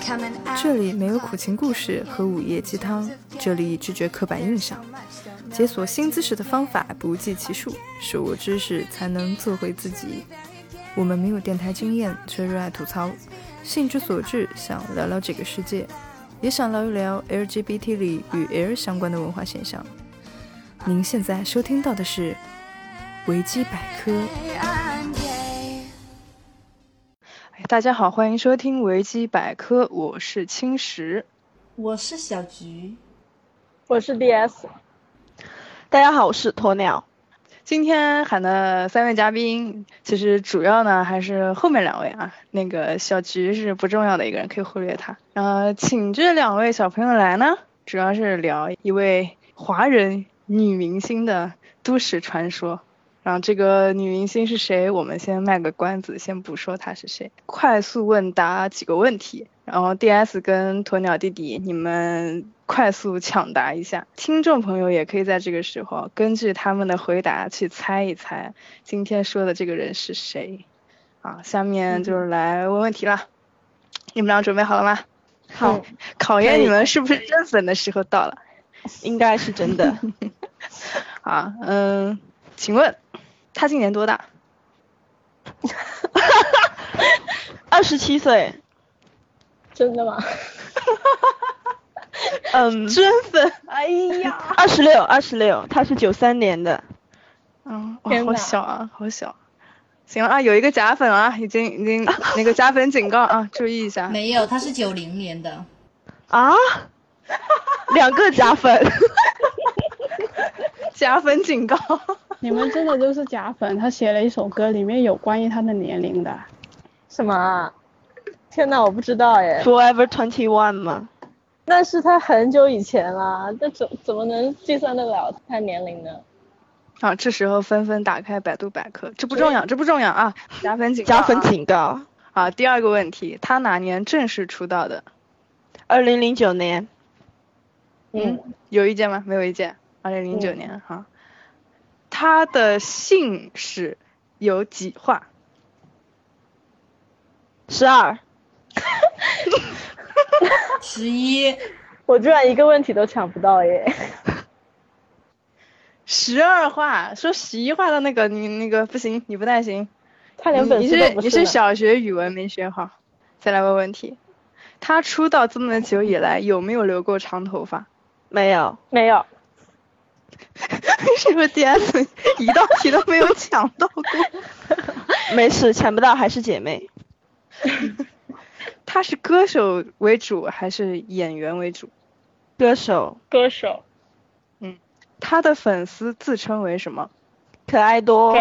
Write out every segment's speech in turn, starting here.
这里没有苦情故事和午夜鸡汤，这里拒绝刻板印象。解锁新知识的方法不计其数，手握知识才能做回自己。我们没有电台经验，却热爱吐槽，兴致所致想聊聊这个世界，也想聊一聊 LGBT 里与 L 相关的文化现象。您现在收听到的是维基百科。大家好，欢迎收听维基百科，我是青石， 我是小菊， 我是 DS。 大家好，我是鸵鸟。 今天喊的3位嘉宾，其实主要呢还是后面2位啊。那个小菊是不重要的一个人，可以忽略他。请这2位小朋友来呢，主要是聊一位华人女明星的都市传说。然后这个女明星是谁，我们先卖个关子，先不说她是谁。快速问答几个问题，然后 DS 跟鸵鸟弟弟你们快速抢答一下，听众朋友也可以在这个时候根据他们的回答去猜一猜今天说的这个人是谁啊。下面就是来问问题了，你们俩准备好了吗？ 好， 考验你们是不是真粉的时候到了。 应该是真的。 好，请问他今年多大 ？27岁。 真的吗？ 真粉。哎呀 26，他是93年的。 好小啊，好小。行了啊，有一个假粉啊，已经那个加粉警告啊，注意一下。 没有，他是90年的。 啊？2个假粉。 加粉警告。 你们真的就是假粉，他写了一首歌，里面有关于他的年龄的。 什么啊？天哪，我不知道耶。 Forever 21吗？ 那是他很久以前啦，那怎么能计算得了他年龄呢？ 好，这时候纷纷打开百度百科，这不重要啊，加粉警告。 加粉警告。 好，第2个问题，他哪年正式出道的 ？2009年。 有意见吗？没有意见。2009年哈。他的姓氏有几画 ？12。 11。 我居然一个问题都抢不到耶。 12画，说11画的那个你那个不行，你不太行。 他连粉丝都不是。 你是小学语文没学好。再来问问题，他出道这么久以来有没有留过长头发？ 没有。 是不是 DS 一道题都没有抢到过？ 没事，抢不到还是姐妹。 他是歌手为主还是演员为主？ 歌手。 他的粉丝自称为什么？ 可爱多。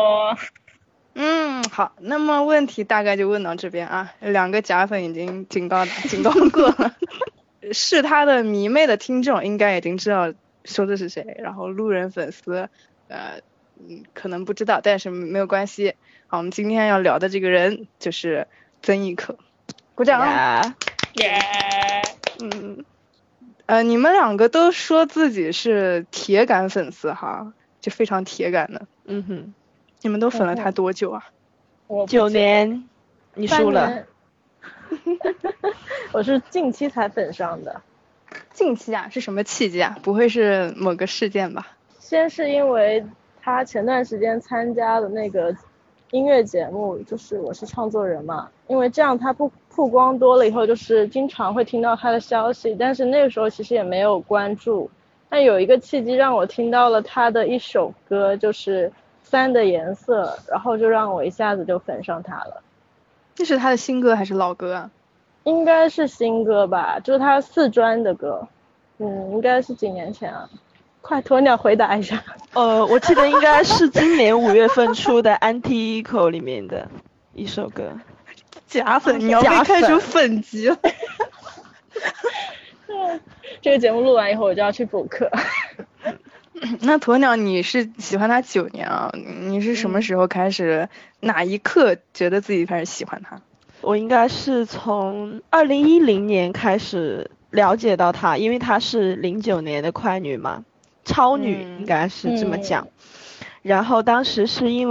好，那么问题大概就问到这边啊。2个假粉已经警告过了。是他的迷妹的听众应该已经知道说的是谁，然后路人粉丝可能不知道，但是没有关系。好，我们今天要聊的这个人就是曾轶可，鼓掌啊！你们2个都说自己是铁杆粉丝哈，就非常铁杆的。你们都粉了他多久啊 ？9年。你输了。 我是近期才粉上的。 近期啊？是什么契机啊？不会是某个事件吧？ 先是因为他前段时间参加的那个音乐节目，就是我是创作人嘛，因为这样他曝光多了以后，就是经常会听到他的消息，但是那个时候其实也没有关注。但有一个契机让我听到了他的一首歌，就是3的颜色，然后就让我一下子就粉上他了。 这是他的新歌还是老歌啊？ 应该是新歌吧，就是他4专的歌。应该是几年前啊。快，鸵鸟回答一下。 我记得应该是今年5月份出的 Anti-Eco 里面的一首歌。 假粉，你要被开除粉级了。 这个节目录完以后我就要去补课。 那鸵鸟，你是喜欢他9年啊？你是什么时候开始，哪一刻觉得自己开始喜欢他？ 我应该是从2010年开始了解到他，因为他是09年的快女嘛，超女应该是这么讲。然后当时是因为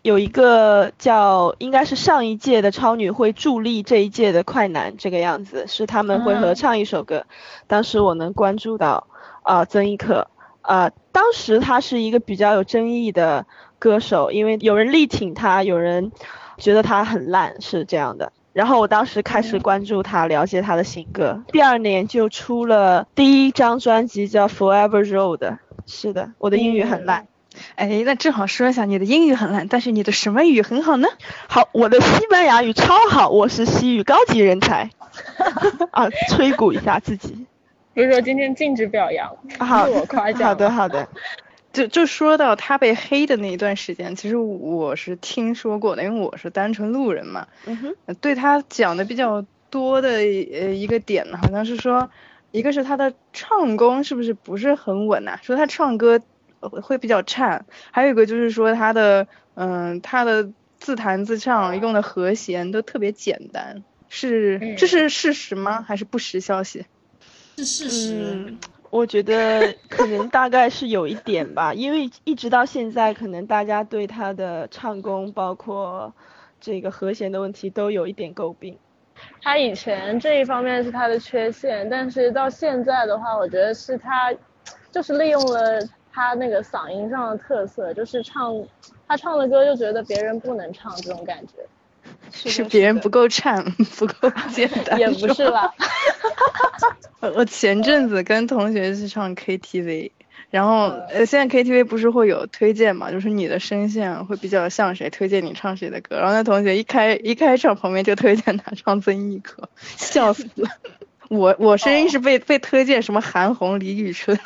有一个叫应该是上一届的超女会助力这一届的快男这个样子，是他们会合唱一首歌。当时我能关注到曾轶可，当时他是一个比较有争议的歌手，因为有人力挺他，有人觉得他很烂，是这样的。然后我当时开始关注他，了解他的新歌，第2年就出了第1张专辑叫 Forever Road。 是的，我的英语很烂。 哎，那正好说一下，你的英语很烂，但是你的什么语很好呢？ 好，我的西班牙语超好，我是西语高级人才。吹鼓一下自己。 不是说今天禁止表扬， 好， 自我夸奖。 好的。 就说到他被黑的那一段时间，其实我是听说过的，因为我是单纯路人嘛。对他讲的比较多的一个点呢，好像是说，一个是他的唱功是不是很稳啊？说他唱歌会比较颤，还有一个就是说他的自弹自唱用的和弦都特别简单，这是事实吗？还是不实消息？ 是事实。 我觉得可能大概是有一点吧，因为一直到现在，可能大家对他的唱功，包括这个和弦的问题，都有一点诟病。 他以前这一方面是他的缺陷，但是到现在的话，我觉得是他就是利用了他那个嗓音上的特色，就是他唱的歌就觉得别人不能唱这种感觉。 是别人不够颤，不够简单。 也不是啦。 我前阵子跟同学去唱 KTV， 然后现在 KTV 不是会有推荐嘛，就是你的声线会比较像谁，推荐你唱谁的歌。然后那同学一开场旁边就推荐他唱曾轶可，笑死了。我声音是被推荐什么韩红、李宇春。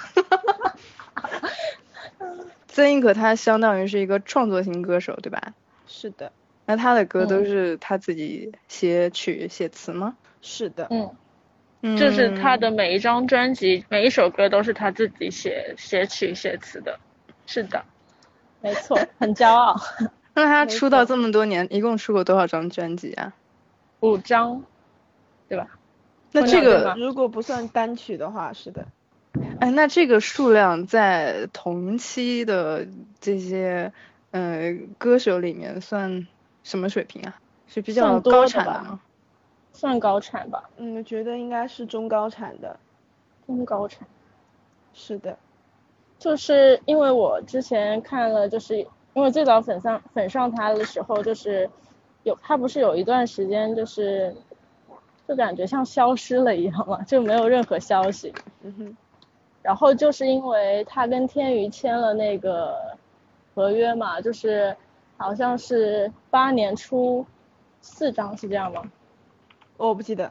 曾轶可她相当于是一个创作型歌手，对吧？ 是的。 那他的歌都是他自己写曲写词吗？ 是的。 就是他的每一张专辑，每一首歌都是他自己写曲写词的。是的，没错，很骄傲。 那他出道这么多年，一共出过多少张专辑啊 ？5张，对吧？ 那这个如果不算单曲的话，是的。 哎，那这个数量在同期的这些歌手里面算什么水平啊？是比较高产的吗？ 算高产吧。 我觉得应该是中高产的。 中高产。 是的。 就是因为我之前看了，就是因为最早粉上他的时候，就是他不是有一段时间就感觉像消失了一样嘛，就没有任何消息。然后就是因为他跟天娱签了那个合约嘛，就是好像是8年出4张，是这样吗？ 我不记得。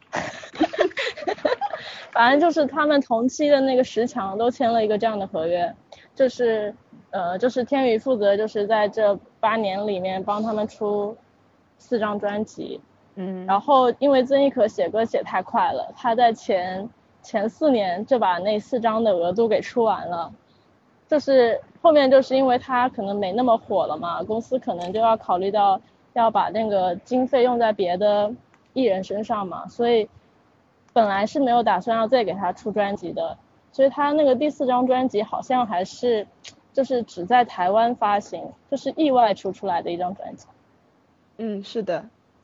反正就是他们同期的那个10强都签了一个这样的合约，就是天娱负责就是在这8年里面帮他们出4张专辑。然后因为曾轶可写歌写太快了，他在前4年就把那4张的额度给出完了，就是后面就是因为他可能没那么火了嘛，公司可能就要考虑到要把那个经费用在别的艺人身上嘛，所以本来是没有打算要再给他出专辑的，所以他那个第4张专辑好像还是就是只在台湾发行，就是意外出来的一张专辑。 是的。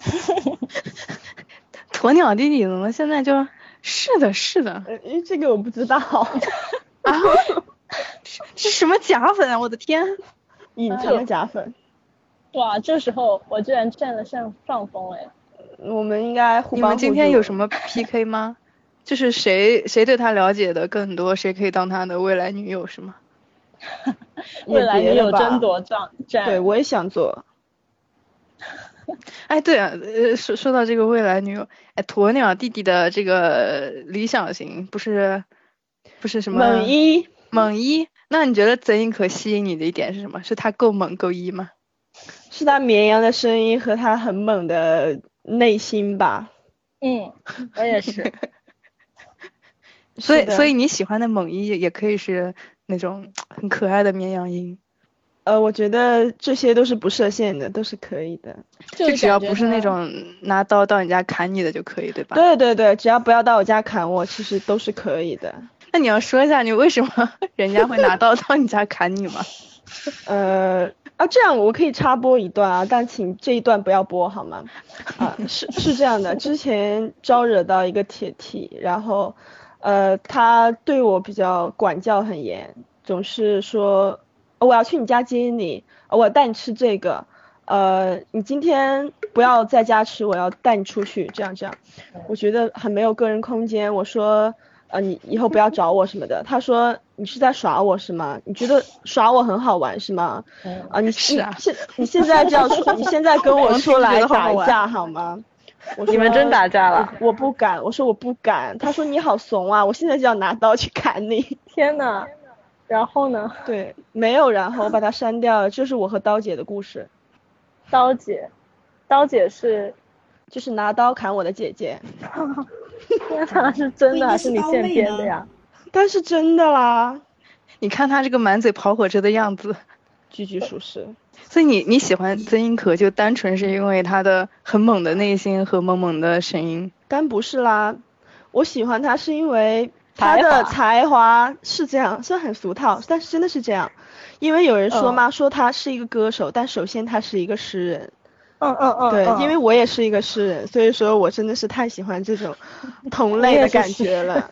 鸵鸟弟弟怎么现在就是的这个我不知道。 啊，是什么假粉啊，我的天， 隐藏的假粉。 哇，这时候我居然占了上风哎。 我们应该互帮互助。 你们今天有什么 PK 吗？就是谁对他了解的更多，谁可以当他的未来女友是吗？ 未来女友争夺战。 对，我也想做。 哎，对啊，说到这个未来女友，哎，鸵鸟弟弟的这个理想型不是什么猛一？那你觉得曾轶可吸引你的一点是什么？是他够猛够一吗？ 是他绵阳的声音和他很猛的内心吧。 我也是。 所以你喜欢的猛一也可以是那种很可爱的绵阳音。 我觉得这些都是不设限的，都是可以的。 就只要不是那种拿刀到你家砍你的就可以，对吧？ 对对对，只要不要到我家砍我，其实都是可以的。 那你要说一下你为什么人家会拿刀到你家砍你吗？ 这样我可以插播一段啊，但请这一段不要播好吗？是这样的，之前招惹到一个铁 T， 然后他对我比较管教很严，总是说我要去你家接你，我要带你吃这个，你今天不要在家吃，我要带你出去，这样，我觉得很没有个人空间。我说你以后不要找我什么的。他说你是在耍我是吗？你觉得耍我很好玩是吗？你现在这样说，你现在跟我说来打架好吗？ 你们真打架了？ 我不敢，我说我不敢。他说你好怂啊，我现在就要拿刀去砍你。 天哪！然后呢？ 对，没有然后，我把它删掉了。这是我和刀姐的故事。 刀姐就是拿刀砍我的姐姐。 天哪，是真的还是你现编的呀？ 但是真的啦。 你看他这个满嘴跑火车的样子， 句句属实。 所以你喜欢曾轶可就单纯是因为他的很猛的内心和猛猛的声音？ 但不是啦，我喜欢他是因为他的才华是这样，虽然很俗套，但是真的是这样。因为有人说嘛，说他是一个歌手，但首先他是一个诗人。对，因为我也是一个诗人，所以说我真的是太喜欢这种同类的感觉了。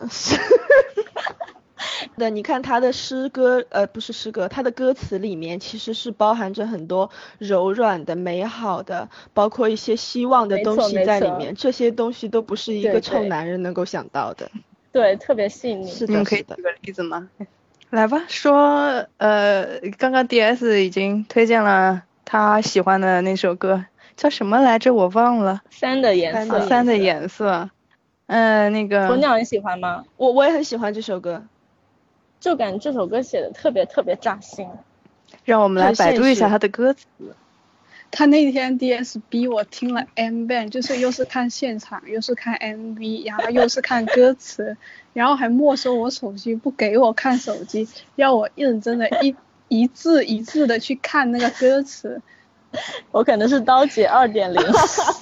的，你看他的诗歌，不是诗歌，他的歌词里面其实是包含着很多柔软的、美好的，包括一些希望的东西在里面。这些东西都不是一个臭男人能够想到的。 对，特别细腻。 是的， 可以举个例子吗？来吧，说刚刚 DS 已经推荐了他喜欢的那首歌，叫什么来着？我忘了。 三的颜色。 三的颜色。那个。 鸵鸟你喜欢吗？ 我也很喜欢这首歌。 就感觉这首歌写的特别特别扎心。 让我们来百度一下他的歌词。 他那天 DS 逼我听了 M Band， 就是又是看现场，又是看 MV， 然后又是看歌词，然后还没收我手机，不给我看手机，要我认真的一字一字的去看那个歌词。 我可能是刀姐 2.0。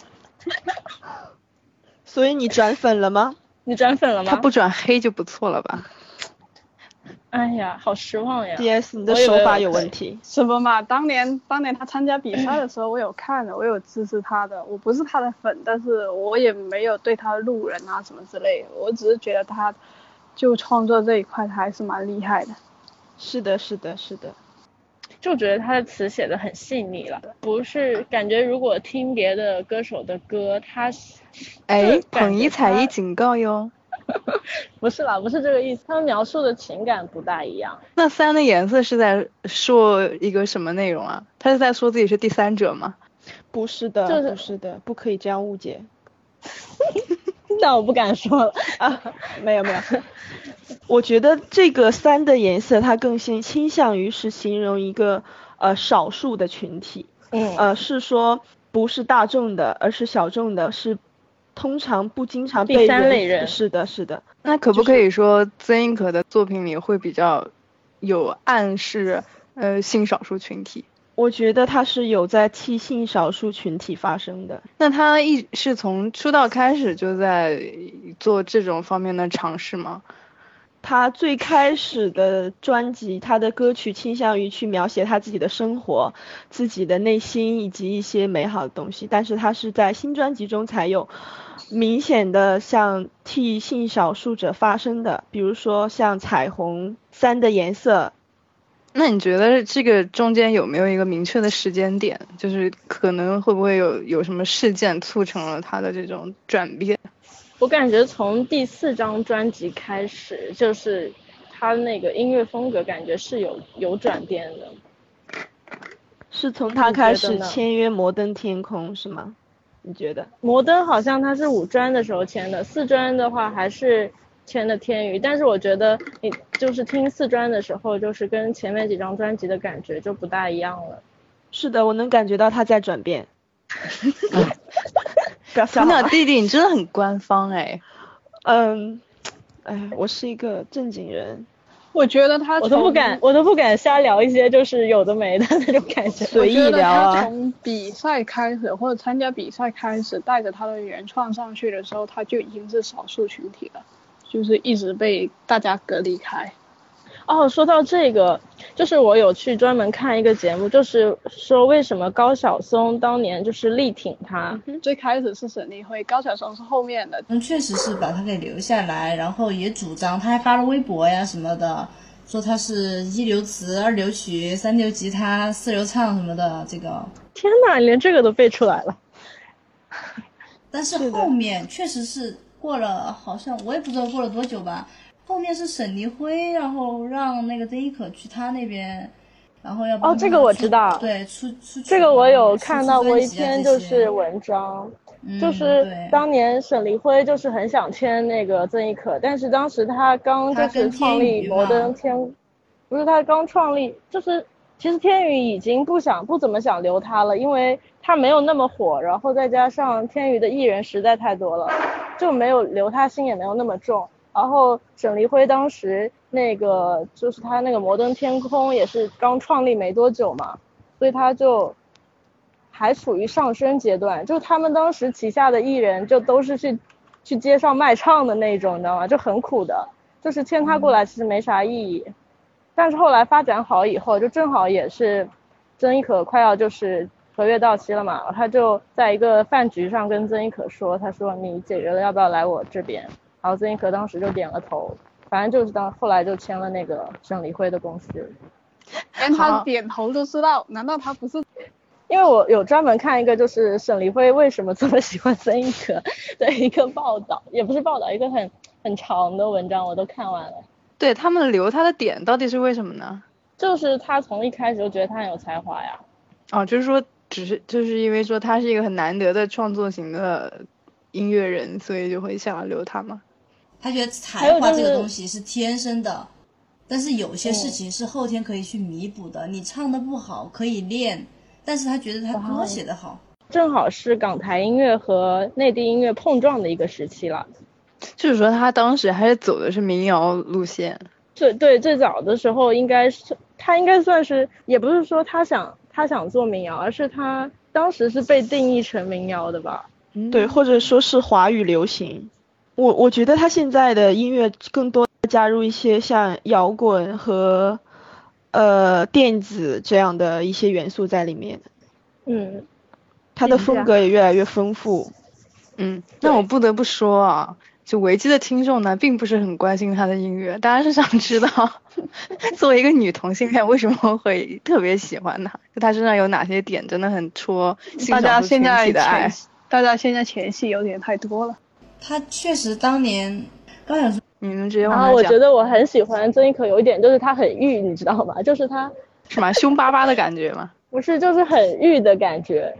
所以你转粉了吗？ 你转粉了吗？ 他不转黑就不错了吧。 哎呀，好失望呀 ！DS 你的手法有问题。 什么嘛？当年他参加比赛的时候，我有看的，我有支持他的。我不是他的粉，但是我也没有对他路人啊什么之类的。我只是觉得他就创作这一块他还是蛮厉害的。 是的。 就觉得他的词写的很细腻了，不是感觉如果听别的歌手的歌，他统一采一警告哟。 不是啦，不是这个意思，他们描述的情感不大一样。 那三的颜色是在说一个什么内容啊？他是在说自己是第三者吗？ 不是的，不是的，不可以这样误解。 那我不敢说了啊，没有。我觉得这个三的颜色它更倾向于是形容一个少数的群体，是说不是大众的，而是小众的，是通常不经常被第三类人。 是的。 那可不可以说曾轶可的作品里会比较有暗示性少数群体？ 我觉得他是有在替性少数群体发声的。 那他是从出道开始就在做这种方面的尝试吗？ 他最开始的专辑，他的歌曲倾向于去描写他自己的生活、自己的内心以及一些美好的东西，但是他是在新专辑中才有明显的像替性少数者发声的，比如说像彩虹、三的颜色。 那你觉得这个中间有没有一个明确的时间点，就是可能会不会有什么事件促成了他的这种转变？ 我感觉从第4张专辑开始，就是他那个音乐风格感觉是有转变的。 是从他开始签约摩登天空是吗？你觉得？ 摩登好像他是5专的时候签的，4专的话还是签的天娱，但是我觉得你就是听4专的时候，就是跟前面几张专辑的感觉就不大一样了。 是的，我能感觉到他在转变。 鸵鸟弟弟，你真的很官方哎。 我是一个正经人。 我觉得他我都不敢瞎聊一些就是有的没的那种感觉。 随意聊啊。 我觉得他从比赛开始或者参加比赛开始，带着他的原创上去的时候，他就已经是少数群体了，就是一直被大家隔离开。 哦，说到这个，就是我有去专门看一个节目，就是说为什么高晓松当年就是力挺他。 最开始是沈立辉，高晓松是后面的。 确实是把他给留下来，然后也主张，他还发了微博呀什么的，说他是一流词、二流曲、三流吉他、四流唱什么的。这个天哪，连这个都背出来了。 但是后面确实是过了，好像我也不知道过了多久吧。后面是沈黎辉，然后让那个曾轶可去他那边，然后要帮这个我知道， 对，出这个我有看到过一篇就是文章，就是当年沈黎辉就是很想签那个曾轶可，但是当时他刚就是创立摩登天，不是他刚创立，就是其实天宇已经不怎么想留他了，因为他没有那么火，然后再加上天宇的艺人实在太多了，就没有留他心也没有那么重。然后沈黎辉当时那个就是他那个摩登天空也是刚创立没多久嘛，所以他就还处于上升阶段，就他们当时旗下的艺人就都是去街上卖唱的那种，你知道吗？就很苦的，就是签他过来其实没啥意义。但是后来发展好以后，就正好也是曾轶可快要就是合约到期了嘛，他就在一个饭局上跟曾轶可说，他说你解约了要不要来我这边，然后曾轶可当时就点了头，反正就是后来就签了那个沈黎辉的公司。 连他点头都知道，难道他不是？ 因为我有专门看一个就是沈黎辉为什么这么喜欢曾轶可的一个报道，也不是报道，一个很长的文章，我都看完了。 对，他们留他的点到底是为什么呢？ 就是他从一开始就觉得他很有才华呀。 哦，就是说就是因为说他是一个很难得的创作型的音乐人，所以就会想要留他吗？ 他觉得才华这个东西是天生的，但是有些事情是后天可以去弥补的。你唱的不好可以练，但是他觉得他歌写得好。 正好是港台音乐和内地音乐碰撞的一个时期了。 就是说他当时还是走的是民谣路线。 对，最早的时候他应该算是，也不是说他想做民谣，而是他当时是被定义成民谣的吧。 对，或者说是华语流行。我觉得他现在的音乐更多加入一些像摇滚和电子这样的一些元素在里面。他的风格也越来越丰富。 那我不得不说啊，就维基的听众呢并不是很关心他的音乐，大家是想知道作为一个女同性恋为什么会特别喜欢他，就他身上有哪些点真的很戳欣赏出群体的爱。 大家现在前戏有点太多了。 他确实当年高晓松， 你们直接往下讲。然后我觉得我很喜欢曾轶可有一点就是他很御，你知道吗？就是他什么凶巴巴的感觉吗？ 不是，就是很御的感觉。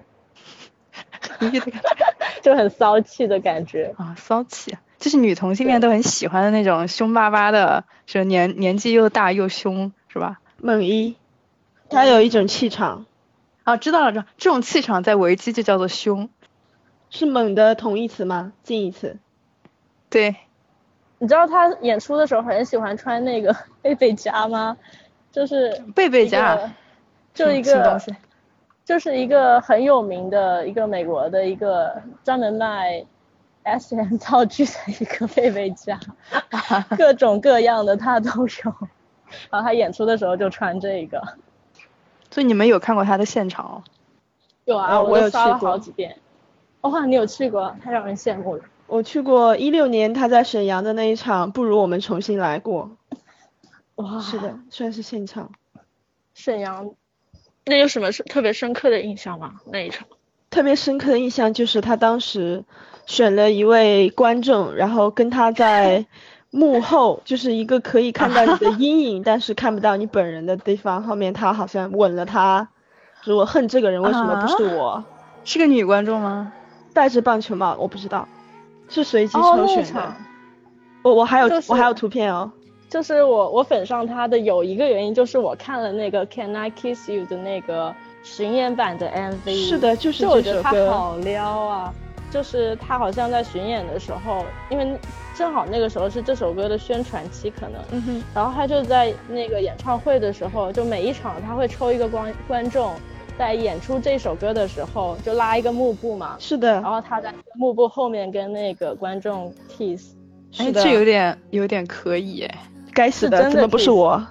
就很骚气的感觉啊，骚气，就是女同性恋都很喜欢的那种凶巴巴的，是年纪又大又凶，是吧？ 猛一，他有一种气场。 知道了，这种气场在维基就叫做凶。 是猛的同义词吗？近义词。 对。 你知道他演出的时候很喜欢穿那个贝贝夹吗？就是贝贝夹， 就一个东西。 就是一个很有名的一个美国的一个专门卖 SM 道具的一个贝贝夹，各种各样的他都有。然后他演出的时候就穿这个。 所以你们有看过他的现场哦？ 有啊，我都刷了好几遍。哇，你有去过？太让人羡慕了。 我去过16年他在沈阳的那一场，不如我们重新来过。 哇， 是的，算是现场。 沈阳。那有什么特别深刻的印象吗？那一场特别深刻的印象就是他当时选了一位观众，然后跟他在幕后，就是一个可以看到你的阴影但是看不到你本人的地方，后面他好像吻了他，说我恨这个人为什么不是我。 是个女观众吗？ 戴着棒球帽，我不知道，是随机抽选的。我还有图片哦。 就是我粉上他的有一个原因，就是我看了那个 Can I Kiss You 的那个巡演版的 MV。 是的，就是这首歌。 我觉得他好撩啊！就是他好像在巡演的时候，因为正好那个时候是这首歌的宣传期，可能，然后他就在那个演唱会的时候，就每一场他会抽一个观众，在演出这首歌的时候就拉一个幕布嘛。 是的。 然后他在幕布后面跟那个观众 kiss。 这有点可以哎。 该死的， 是真的怎么不是我？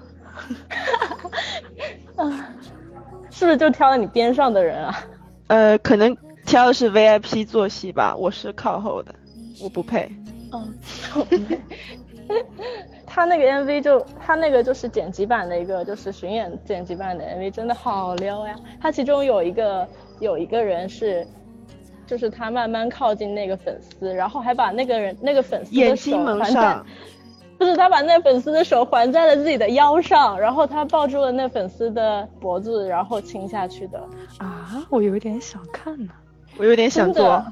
是不是就挑了你边上的人啊？ 可能挑的是 VIP 坐席吧，我是靠后的，我不配。 他那个 MV 他那个就是剪辑版的一个，就是巡演剪辑版的 MV 真的好撩呀。他其中有一个人是，就是他慢慢靠近那个粉丝，然后还把那个粉丝的眼手睛蒙环在上， 不是，他把那粉丝的手环在了自己的腰上，然后他抱住了那粉丝的脖子，然后亲下去的。 啊，我有点想看呢。 我有点想做。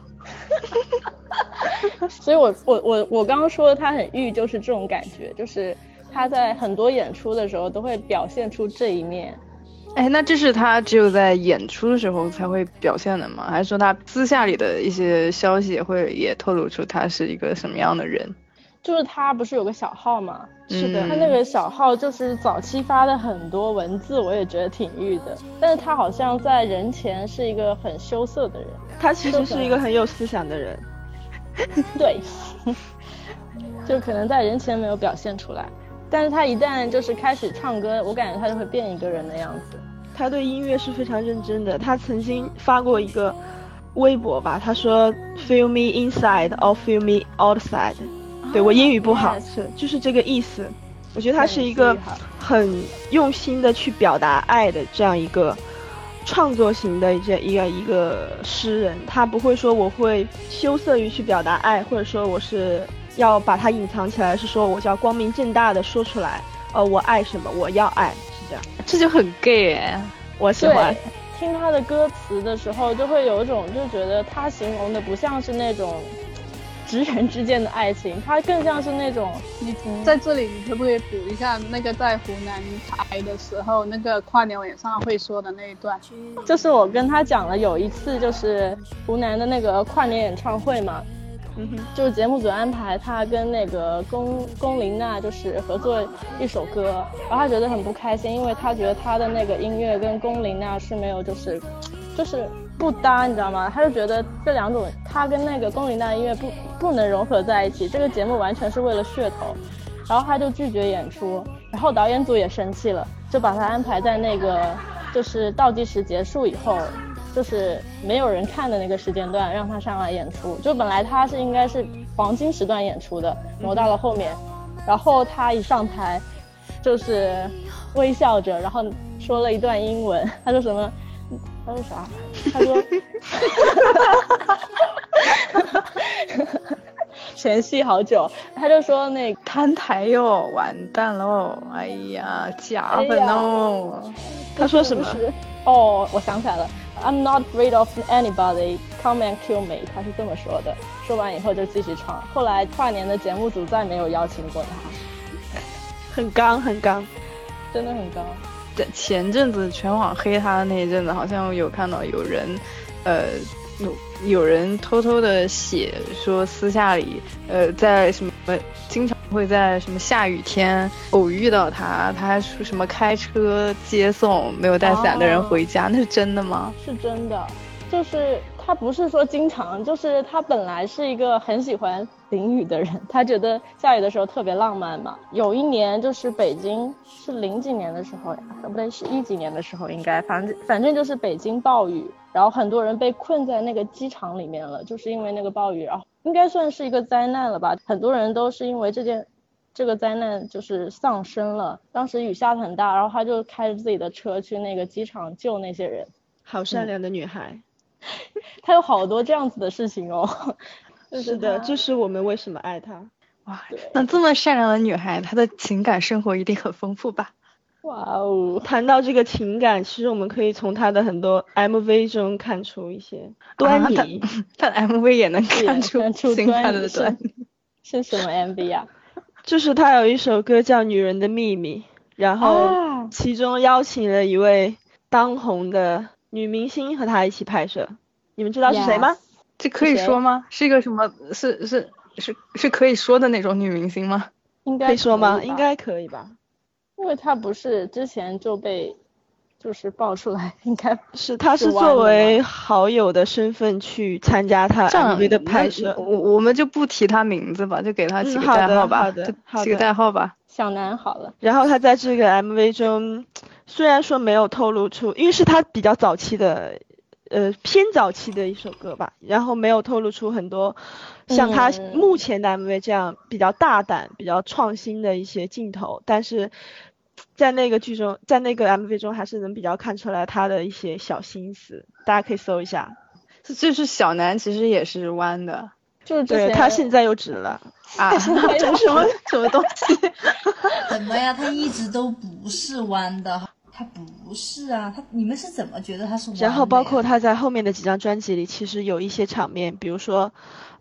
所以我刚刚说他很御，就是这种感觉，就是他在很多演出的时候都会表现出这一面。 哎，那这是他只有在演出的时候才会表现的吗？还是说他私下里的一些消息也透露出他是一个什么样的人？ 就是他不是有个小号吗？ 是的， 他那个小号就是早期发的很多文字，我也觉得挺御的。但是他好像在人前是一个很羞涩的人。 他其实是一个很有思想的人。 对，就可能在人前没有表现出来，但是他一旦就是开始唱歌，我感觉他就会变一个人的样子。 他对音乐是非常认真的，他曾经发过一个微博吧，他说 Feel me inside or feel me outside。对，我英语不好，就是这个意思。我觉得他是一个很用心的去表达爱的这样一个创作型的一个诗人，他不会说我会羞涩于去表达爱，或者说我是要把它隐藏起来，是说我就要光明正大的说出来，我爱什么，我要爱，是这样。 这就很 gay 哎， 我喜欢。 听他的歌词的时候，就会有一种就觉得他形容的不像是那种直人之间的爱情，它更像是那种。 你在这里你可不可以补一下那个在湖南台的时候那个跨年演唱会说的那一段？ 就是我跟他讲了，有一次就是湖南的那个跨年演唱会嘛，就是节目组安排他跟那个龚琳娜就是合作一首歌，然后他觉得很不开心，因为他觉得他的那个音乐跟龚琳娜是没有就是不搭，你知道吗？他就觉得这两种他跟那个龚琳娜的音乐不能融合在一起，这个节目完全是为了噱头，然后他就拒绝演出，然后导演组也生气了，就把他安排在那个就是倒计时结束以后，就是没有人看的那个时间段让他上来演出，就本来他是应该是黄金时段演出的，挪到了后面，然后他一上台就是微笑着，然后说了一段英文，他说什么？他说啥？他说前戏好久，他就说那个摊台哟，完蛋喽！哎呀，假粉哦！ 他说什么？ 哦，我想起来了 ，I'm not afraid of anybody, come and kill me。他是这么说的。说完以后就继续唱。后来跨年的节目组再没有邀请过他。 很刚，很刚， 真的很刚。 前阵子全网黑他的那一阵子，好像有看到有人，有人偷偷的写说私下里，在什么经常会在什么下雨天偶遇到他，他还说什么开车接送没有带伞的人回家，那是真的吗？ 是真的，就是他不是说经常，就是他本来是一个很喜欢淋雨的人，他觉得下雨的时候特别浪漫嘛。有一年就是北京是零几年的时候呀，不对，是10几年的时候应该，反正就是北京暴雨，然后很多人被困在那个机场里面了，就是因为那个暴雨，然后应该算是一个灾难了吧，很多人都是因为这个灾难就是丧生了。当时雨下得很大，然后他就开着自己的车去那个机场救那些人。 好善良的女孩。 他有好多这样子的事情哦。 是的，这是我们为什么爱她。 哇，那这么善良的女孩，她的情感生活一定很丰富吧？ 哇哦， 谈到这个情感，其实我们可以从她的很多 MV 中看出一些端倪。 她的 MV 也能看出情感的端倪。 是什么 MV 啊？ 就是她有一首歌叫《女人的秘密》，然后其中邀请了一位当红的女明星和她一起拍摄。你们知道是谁吗？ 这可以说吗？是一个什么？是可以说的那种女明星吗？ 应该可以说吗？应该可以吧。 因为她不是之前就被就是爆出来，应该是他是作为好友的身份去参加他 MV 的拍摄。 我们就不提他名字吧，就给他起个代号吧，起个代号吧， 小南好了。 然后他在这个 MV 中，虽然说没有透露出，因为是他比较早期的，偏早期的一首歌吧，然后没有透露出很多像他目前的 MV 这样比较大胆、比较创新的一些镜头，但是在那个剧中，在那个 MV 中还是能比较看出来他的一些小心思，大家可以搜一下。 就是小南其实也是弯的， 就是对他现在又直了啊，这什么东西？ 怎么呀？他一直都不是弯的，他不是啊，你们是怎么觉得他是弯的呀？ 然后包括他在后面的几张专辑里，其实有一些场面，比如说，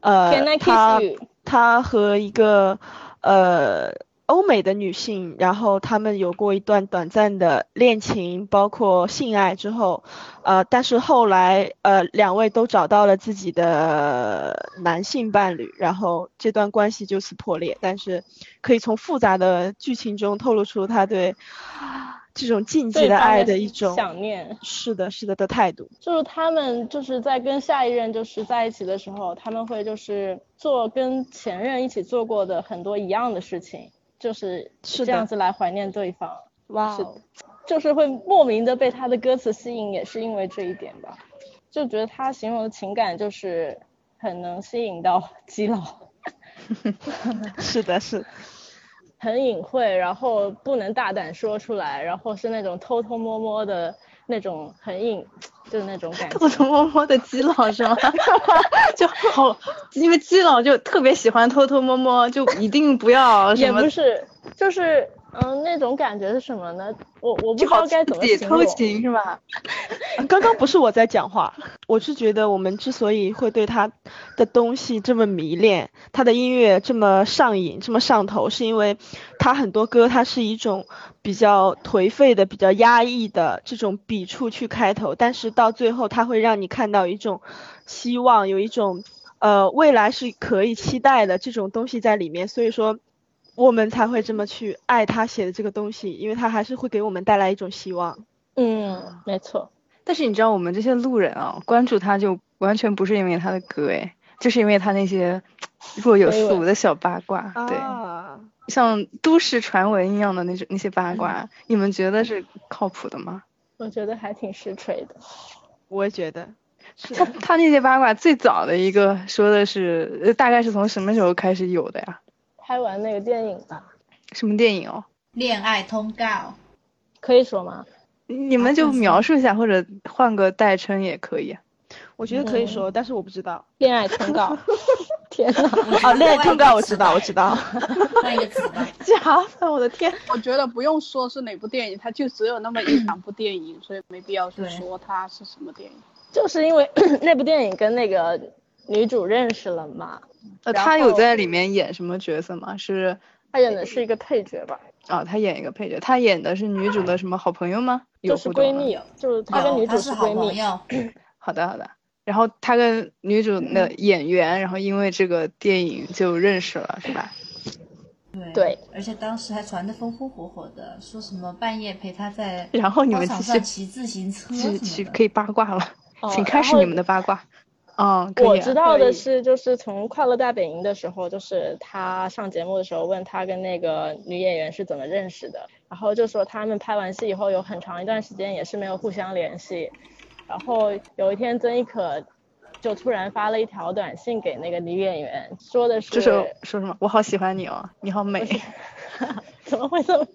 他和一个欧美的女性，然后他们有过一段短暂的恋情，包括性爱之后，但是后来两位都找到了自己的男性伴侣，然后这段关系就此破裂。但是可以从复杂的剧情中透露出他对这种禁忌的爱的一种想念， 是的的态度。 就是他们就是在跟下一任就是在一起的时候，他们会就是做跟前任一起做过的很多一样的事情。就是这样子来怀念对方。 哇， 就是会莫名的被他的歌词吸引，也是因为这一点吧。就觉得他形容的情感就是很能吸引到基佬。 是的， 很隐晦，然后不能大胆说出来，然后是那种偷偷摸摸的那种就是那种感觉。 偷偷摸摸的基佬是吗？就好，因为基佬就特别喜欢偷偷摸摸，就一定不要什么。 也不是，就是那种感觉是什么呢？我不知道该怎么形容。 偷情是吧？ 刚刚不是我在讲话，我是觉得我们之所以会对他的东西这么迷恋，他的音乐这么上瘾、这么上头，是因为他很多歌它是一种比较颓废的、比较压抑的这种笔触去开头，但是到最后他会让你看到一种希望，有一种未来是可以期待的这种东西在里面，所以说我们才会这么去爱他写的这个东西，因为他还是会给我们带来一种希望。 没错。 但是你知道我们这些路人啊，关注他就完全不是因为他的歌，就是因为他那些若有似无的小八卦。对，像都市传闻一样的那些八卦，你们觉得是靠谱的吗？ 我觉得还挺实锤的。 我也觉得。 他那些八卦最早的一个说的是大概是从什么时候开始有的呀？ 拍完那个电影吧。 什么电影哦？ 恋爱通告。 可以说吗？ 你们就描述一下，或者换个代称也可以。 我觉得可以说，但是我不知道。 恋爱通告。天哪！ 恋爱通告我知道。 换一个词吧。 假的，我的天！ 我觉得不用说是哪部电影，它就只有那么一两部电影，所以没必要去说它是什么电影。 就是因为那部电影跟那个女主认识了嘛。 他有在里面演什么角色吗？ 他演的是一个配角吧。 他演一个配角，他演的是女主的什么好朋友吗？ 就是闺蜜，就是他跟女主是闺蜜。 好的。然后他跟女主的演员，然后因为这个电影就认识了，是吧？ 对，而且当时还传得风风火火的，说什么半夜陪他在然后你们操场上骑自行车什么的。 可以八卦了，请开始你们的八卦。可以我知道的是，就是从快乐大本营的时候，就是他上节目的时候问他跟那个女演员是怎么认识的，然后就说他们拍完戏以后有很长一段时间也是没有互相联系，然后有一天曾轶可就突然发了一条短信给那个女演员，说的是就是说什么我好喜欢你哦，你好美。 怎么会这么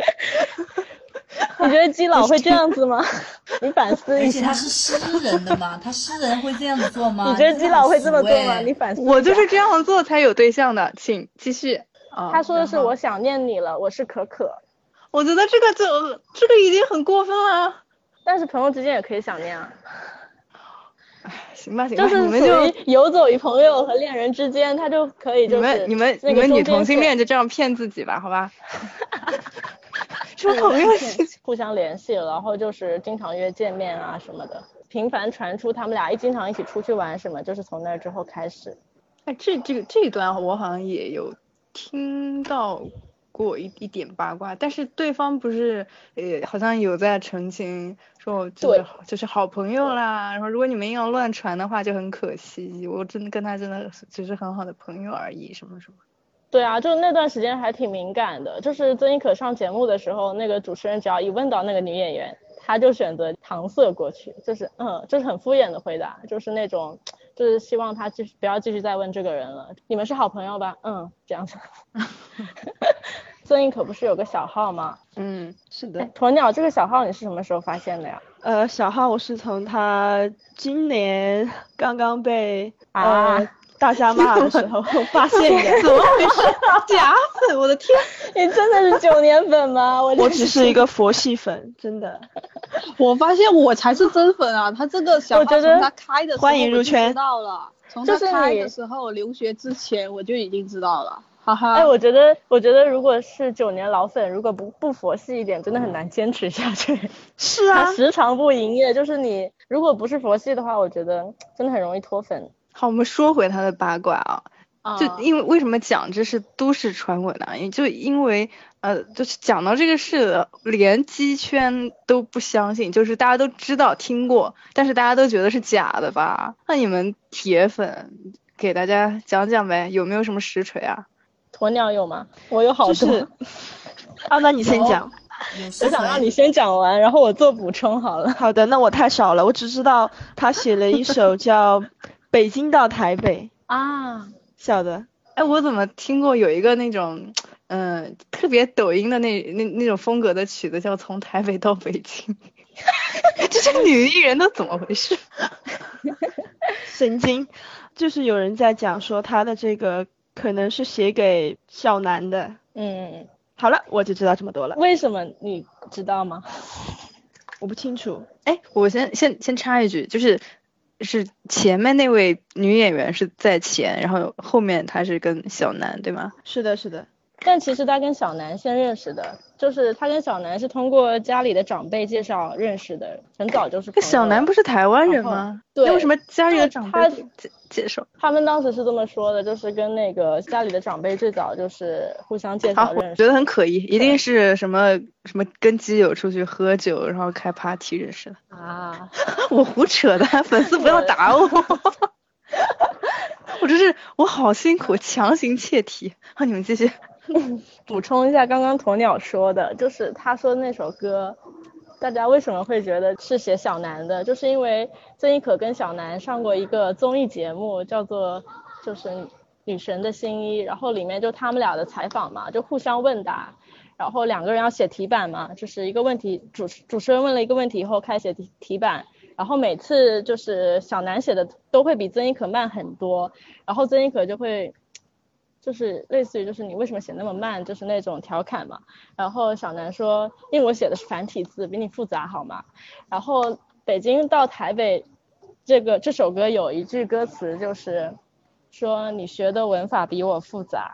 你觉得基佬会这样子吗？你反思一下。 而且他是诗人的嘛，他诗人会这样子做吗？ 你觉得基佬会这么做吗？你反思一下。 我就是这样做才有对象的，请继续。 他说的是我想念你了，我是可可。 我觉得这个已经很过分了。 但是朋友之间也可以想念啊。 行吧， 就是你们就游走于朋友和恋人之间，他就可以就是你们女同性恋就这样骗自己吧，好吧？说朋友互相联系，然后就是经常约见面啊什么的，频繁传出他们俩经常一起出去玩什么，就是从那之后开始。 这一段我好像也有听到过一点八卦，但是对方不是好像有在澄清说我就是好朋友啦，然后如果你们硬要乱传的话就很可惜，我真的跟他真的只是很好的朋友而已什么什么。 对啊，就那段时间还挺敏感的，就是曾轶可上节目的时候，那个主持人只要一问到那个女演员，他就选择搪塞过去，就是很敷衍的回答，就是那种就是希望他不要继续再问这个人了。你们是好朋友吧？这样子。曾轶可不是有个小号吗？ 是的。 鸵鸟这个小号你是什么时候发现的呀？ 小号我是从他今年刚刚被大家骂的时候发现的。 怎么回事？假粉！我的天， 你真的是9年粉吗？ 我只是一个佛系粉，真的。 我发现我才是真粉啊！他这个小号从他开的时候欢迎入圈， 我就知道了。从他开的时候，留学之前我就已经知道了。哈哈。 我觉得如果是9年老粉，如果不佛系一点，真的很难坚持下去。 是啊， 他时常不营业，就是你如果不是佛系的话，我觉得真的很容易脱粉。 好，我们说回他的八卦啊，就因为为什么讲这是都市传闻呢？就因为就是讲到这个事，连鸡圈都不相信，就是大家都知道听过，但是大家都觉得是假的吧？那你们铁粉给大家讲讲呗，有没有什么实锤啊？ 鸵鸟有吗？我有好多。 那你先讲。 我想让你先讲完，然后我做补充好了。 好的，那我太少了，我只知道他写了一首叫《北京到台北》 啊， 晓得。 我怎么听过有一个那种特别抖音的那种风格的曲子叫《从台北到北京》。这些女艺人都怎么回事？ 神经。就是有人在讲说他的这个可能是写给小南的。好了，我就知道这么多了。 为什么你知道吗？ 我不清楚。 我先插一句，是前面那位女演员是在前，然后后面她是跟小南，对吗？ 是的，是的。 但其实他跟小南先认识的，就是他跟小南是通过家里的长辈介绍认识的，很早就是朋友。 小南不是台湾人吗？ 对。 为什么家里的长辈介绍？ 他们当时是这么说的，就是跟那个家里的长辈最早就是互相介绍认识。 我觉得很可疑，一定是什么跟基友出去喝酒，然后开 party 认识的啊。 我胡扯的，粉丝不要打我。我好辛苦，强行切题。好，你们继续。 补充一下刚刚鸵鸟说的，就是他说那首歌大家为什么会觉得是写小南的，就是因为曾轶可跟小南上过一个综艺节目叫做就是女神的新衣，然后里面就他们俩的采访嘛，就互相问答，然后2个人要写题板嘛，就是一个问题主持人问了一个问题以后开始写题板，然后每次就是小南写的都会比曾轶可慢很多，然后曾轶可就会就是类似于就是你为什么写那么慢，就是那种调侃嘛。然后小南说因为我写的是繁体字比你复杂好吗。然后北京到台北这首歌有一句歌词就是说你学的文法比我复杂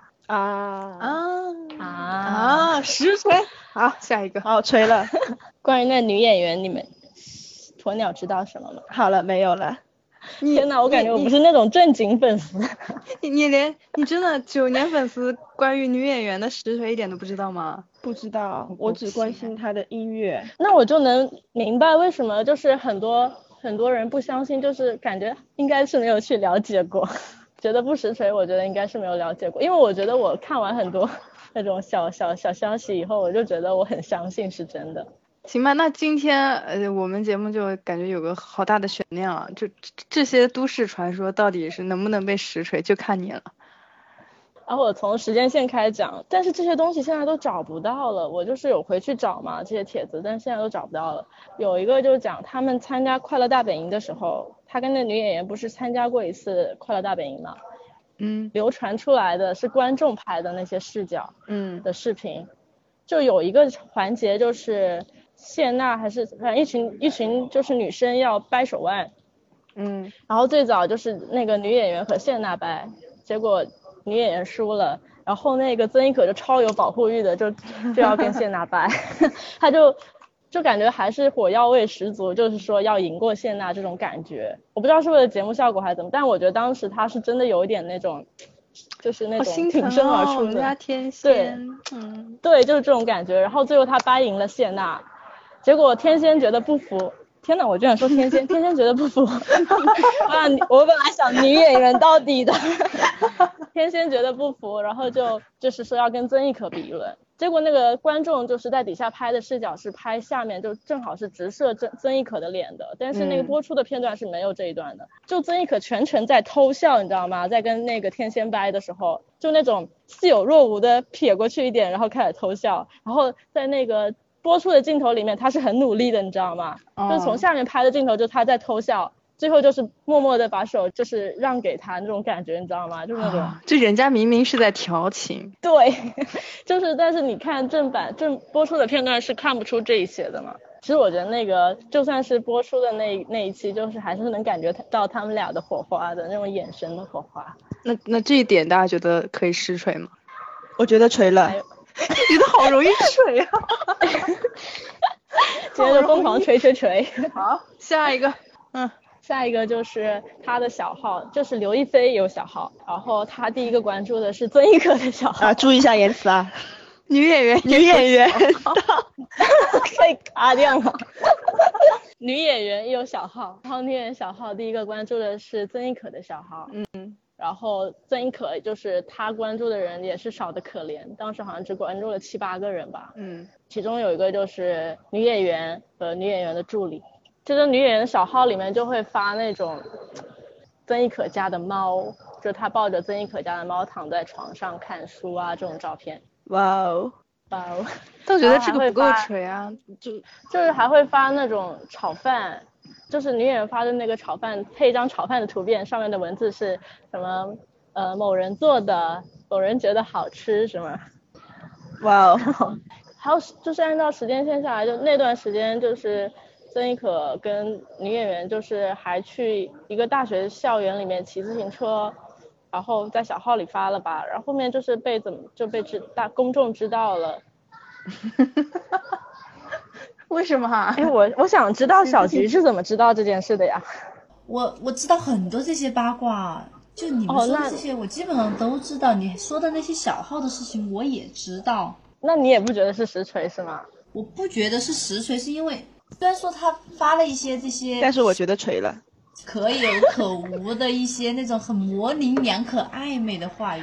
实锤。好，下一个。 好，锤了。 关于那女演员你们鸵鸟知道什么吗？ 好了，没有了。 天哪，我感觉我不是那种正经粉丝。 你真的9年粉丝，关于女演员的实锤一点都不知道吗？ 不知道，我只关心她的音乐。 那我就能明白为什么就是很多人不相信，就是感觉应该是没有去了解过。觉得不实锤，我觉得应该是没有了解过，因为我觉得我看完很多那种小消息以后，我就觉得我很相信是真的。 行吧，那今天我们节目就感觉有个好大的悬念了，这些都市传说到底是能不能被实锤，就看你了。 然后我从时间线开始讲，但是这些东西现在都找不到了，我就是有回去找嘛这些帖子，但是现在都找不到了。有一个就讲他们参加快乐大本营的时候，他跟那女演员不是参加过一次快乐大本营嘛，流传出来的是观众拍的那些视角的视频，就有一个环节就是谢娜还是反正一群就是女生要掰手腕，然后最早就是那个女演员和谢娜掰，结果女演员输了，然后那个曾轶可就超有保护欲的就要跟谢娜掰她就感觉还是火药味十足，就是说要赢过谢娜这种感觉。我不知道是为了节目效果还是怎么，但我觉得当时她是真的有一点那种就是那种好心疼挺身而哦，我出的。 们家天仙， 对，就是这种感觉。然后最后他掰赢了谢娜，结果天仙觉得不服。天哪，我居然说天仙，天仙觉得不服。我本来想女演员到底的，天仙觉得不服，然后就是说要跟曾轶可比一轮。结果那个观众就是在底下拍的视角是拍下面，就正好是直射曾轶可的脸的，但是那个播出的片段是没有这一段的。就曾轶可全程在偷笑，你知道吗？在跟那个天仙掰的时候，就那种似有若无的瞥过去一点，然后开始偷笑，然后在那个播出的镜头里面他是很努力的，你知道吗？就从下面拍的镜头就他在偷笑，最后就是默默的把手就是让给他那种感觉，你知道吗？就是那种就人家明明是在调情。 对，就是但是你看正播出的片段是看不出这一些的嘛。其实我觉得那个就算是播出的那一期，就是还是能感觉到他们俩的火花的那种眼神的火花。 那这一点大家觉得可以实锤吗？ 我觉得锤了。 觉得好容易锤啊。 接着疯狂锤。 好，下一个。 下一个就是他的小号，就是刘亦菲有小号，然后他第一个关注的是曾轶可的小号。 注意一下言辞啊。 女演员可以卡掉吗？女演员也有小号，然后女演员小号第一个关注的是曾轶可的小号。然后曾轶可就是他关注的人也是少得可怜，当时好像只关注了7、8个人吧。其中有一个就是女演员和女演员的助理。这个女演员的小号里面就会发那种曾轶可家的猫，就她抱着曾轶可家的猫躺在床上看书啊这种照片。 哇哦， 但我觉得这个不够锤啊， 就是还会发那种炒饭，就是女演员发的那个炒饭配一张炒饭的图片，上面的文字是什么某人做的，某人觉得好吃什么。 哇哦， 还有就是按照时间线下来，就那段时间就是曾轶可跟女演员就是还去一个大学校园里面骑自行车，然后在小号里发了吧，然后后面就是被公众知道了。 为什么哈？ 我想知道小菊是怎么知道这件事的呀？ 我知道很多这些八卦，就你们说的这些我基本上都知道，你说的那些小号的事情我也知道。 那你也不觉得是实锤是吗？ 我不觉得是实锤，是因为虽然说他发了一些这些， 但是我觉得锤了， 可有可无的一些那种很模棱两可暧昧的话语。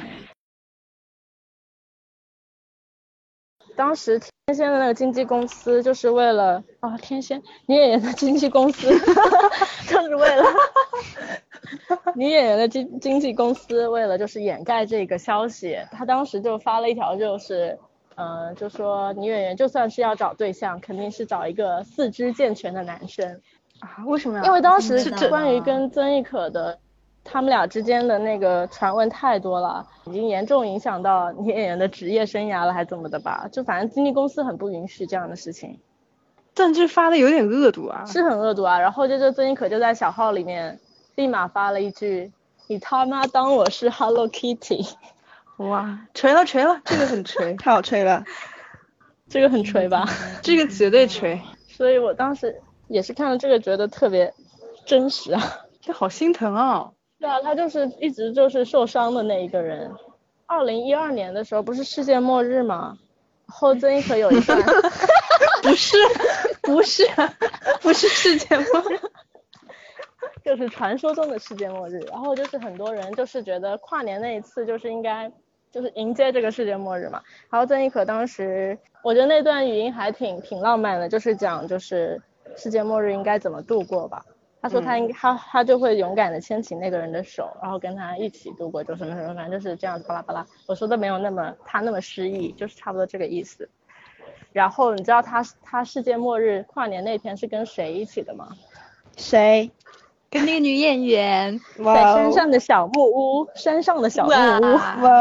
当时天仙的那个经纪公司就是为了天仙女演员的经纪公司就是为了女演员的经纪公司为了就是掩盖这个消息，他当时就发了一条就是就说女演员就算是要找对象，肯定是找一个四肢健全的男生啊？为什么呀？ 因为当时关于跟曾轶可的他们俩之间的那个传闻太多了，已经严重影响到女演员的职业生涯了，还怎么的吧？就反正经纪公司很不允许这样的事情。 但这发的有点恶毒啊。 是很恶毒啊。然后就曾轶可就在小号里面立马发了一句：“你他妈当我是 Hello Kitty。” 哇，锤了，这个很锤， 太好吹了， 这个很锤吧？ 这个绝对锤。 所以我当时也是看了这个觉得特别真实啊， 这好心疼啊。 对啊，他就是一直就是受伤的那一个人。2012年的时候不是世界末日吗？后曾轶可有一段不是世界末日就是传说中的世界末日。然后就是很多人就是觉得跨年那一次就是应该就是迎接这个世界末日嘛。然后曾轶可当时我觉得那段语音还挺浪漫的，就是讲就是世界末日应该怎么度过吧。他说他就会勇敢的牵起那个人的手，然后跟他一起度过，就什么什么，反正就是这样巴拉巴拉。我说的没有他那么诗意，就是差不多这个意思。然后你知道他世界末日跨年那天是跟谁一起的吗？ 谁？ 跟那个女演员在山上的小木屋，山上的小木屋。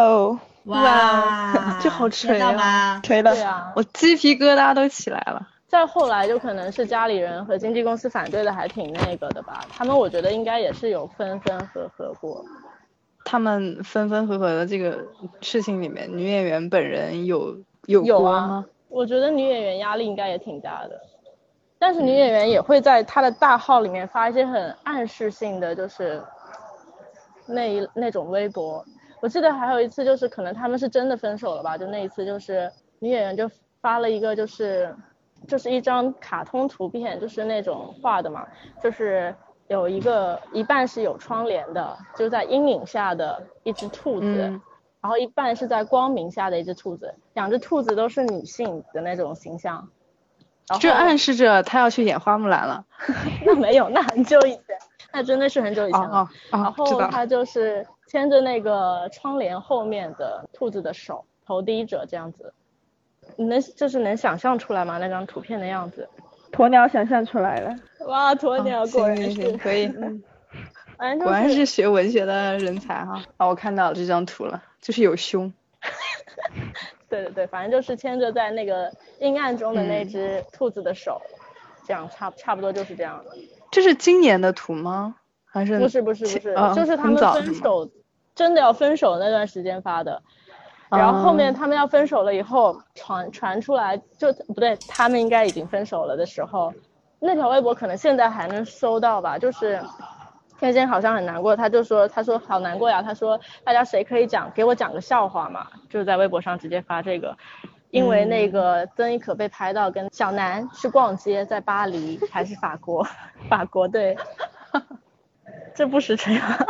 哇， 这好锤啊！ 锤了， 对啊， 我鸡皮疙瘩都起来了。 再后来就可能是家里人和经纪公司反对的还挺那个的吧，他们我觉得应该也是有分分合合过。 他们分分合合的这个事情里面，女演员本人有锅吗？ 我觉得女演员压力应该也挺大的，但是女演员也会在她的大号里面发一些很暗示性的就是那种微博。 我记得还有一次就是可能他们是真的分手了吧，就那一次就是女演员就发了一个就是一张卡通图片，就是那种画的嘛，就是有一半是有窗帘的，就在阴影下的一只兔子，然后一半是在光明下的一只兔子，两只兔子都是女性的那种形象。 这暗示着他要去演花木兰了。 那没有，那很久以前，那真的是很久以前了。然后他就是牵着那个窗帘后面的兔子的手，头低着这样子。你能想象出来吗？那张图片的样子？ 鸵鸟想象出来了。 哇，鸵鸟果然是可以。 反正果然是学文学的人才哈。我看到了这张图了，就是有胸。 对，反正就是牵着在那个阴暗中的那只兔子的手，这样差不多就是这样的。 这是今年的图吗？还是？ 不是，就是他们分手，真的要分手那段时间发的。然后后面他们要分手了以后，传出来就不对，他们应该已经分手了的时候，那条微博可能现在还能搜到吧，就是天仙好像很难过，他说好难过呀，他说大家谁可以给我讲个笑话嘛，就是在微博上直接发这个，因为那个曾轶可被拍到跟小南去逛街，在巴黎还是法国对，这不实锤吗？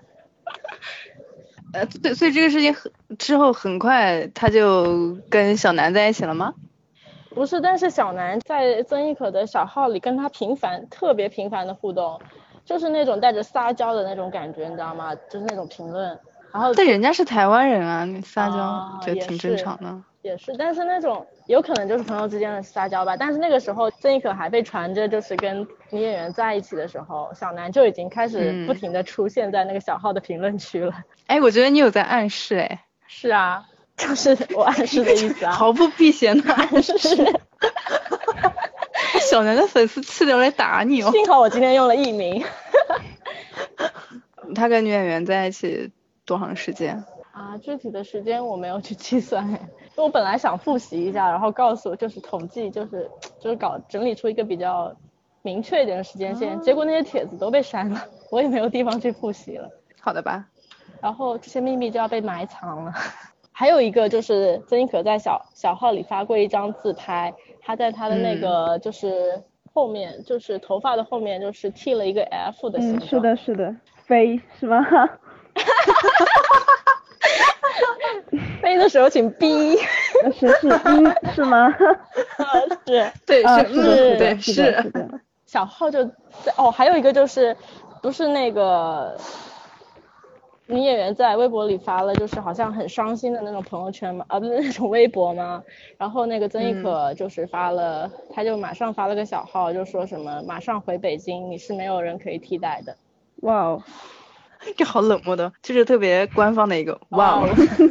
对，所以这个事情之后很快他就跟小南在一起了吗？ 不是，但是小南在曾轶可的小号里跟他特别频繁的互动，就是那种带着撒娇的那种感觉，你知道吗？就是那种评论。然后但人家是台湾人啊，你撒娇觉得挺正常的。 也是，但是那种有可能就是朋友之间的撒娇吧。但是那个时候曾轶可还被传着就是跟女演员在一起的时候，小南就已经开始不停的出现在那个小号的评论区了。 我觉得你有在暗示是啊，就是我暗示的意思啊。 毫不避嫌的暗示。小南的粉丝气得来打你哦。 幸好我今天用了艺名。 他跟女演员在一起多长时间啊？具体的时间我没有去计算因为我本来想复习一下，然后告诉就是统计就是整理出一个比较明确一点的时间线，结果那些帖子都被删了，我也没有地方去复习了。 好的吧， 然后这些秘密就要被埋藏了。还有一个就是曾轶可在小号里发过一张自拍，她在她的那个就是后面就是头发的后面就是剃了一个 F 的形状。 是的飞是吗？ 飞的时候请逼。 是是吗？ 是， 对是是。 小号就还有一个就是不是那个女演员在微博里发了就是好像很伤心的那种朋友圈嘛，不是那种微博嘛，然后那个曾轶可就是她就马上发了个小号，就说什么马上回北京，你是没有人可以替代的。 哇哦， 这好冷漠的，就是特别官方的一个哇哦。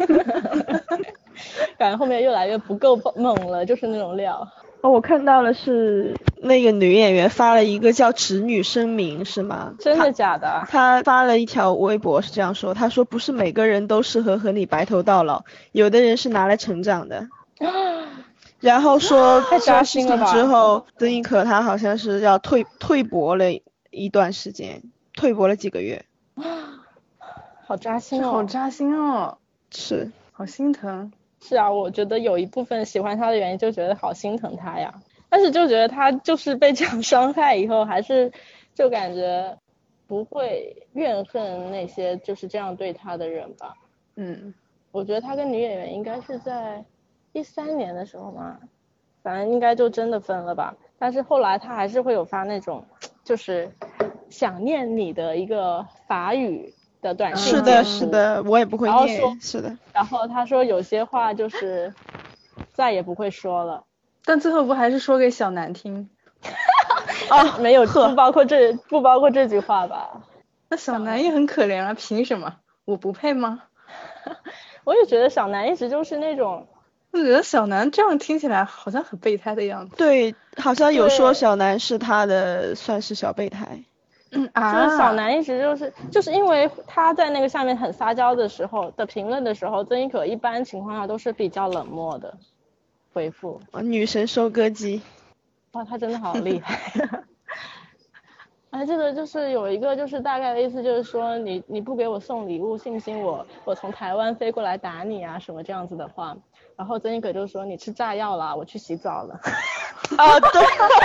感觉后面越来越不够猛了，就是那种料。 我看到了是那个女演员发了一个叫直女声明是吗？ 真的假的？ 她发了一条微博是这样说，她说不是每个人都适合和你白头到老，有的人是拿来成长的。然后说太扎心了吧。 之后曾轶可她好像是要退博了一段时间，退博了几个月。 好扎心哦。 好扎心哦。 是， 好心疼。 是啊，我觉得有一部分喜欢他的原因就觉得好心疼他呀，但是就觉得他就是被这样伤害以后还是就感觉不会怨恨那些就是这样对他的人吧。我觉得他跟女演员应该是在13年的时候嘛，反正应该就真的分了吧，但是后来他还是会有发那种就是想念你的一个法语的短信。 是的，我也不会念。是的。 然后他说有些话就是再也不会说了， 但最后不还是说给小南听？ 没有，不包括这句话吧？ 那小南也很可怜啊，凭什么？我不配吗？ 我也觉得小南一直就是那种， 我觉得小南这样听起来好像很备胎的样子。 对，好像有说小南是他的算是小备胎。 就是小南一直就是因为他在那个下面很撒娇的时候的评论的时候，曾轶可一般情况下都是比较冷漠的回复。 女神收割机。 哇，他真的好厉害。 还记得就是有一个就是大概的意思就是说你不给我送礼物，信不信我从台湾飞过来打你啊什么这样子的话，然后曾轶可就说你吃炸药了，我去洗澡了。 哦，对，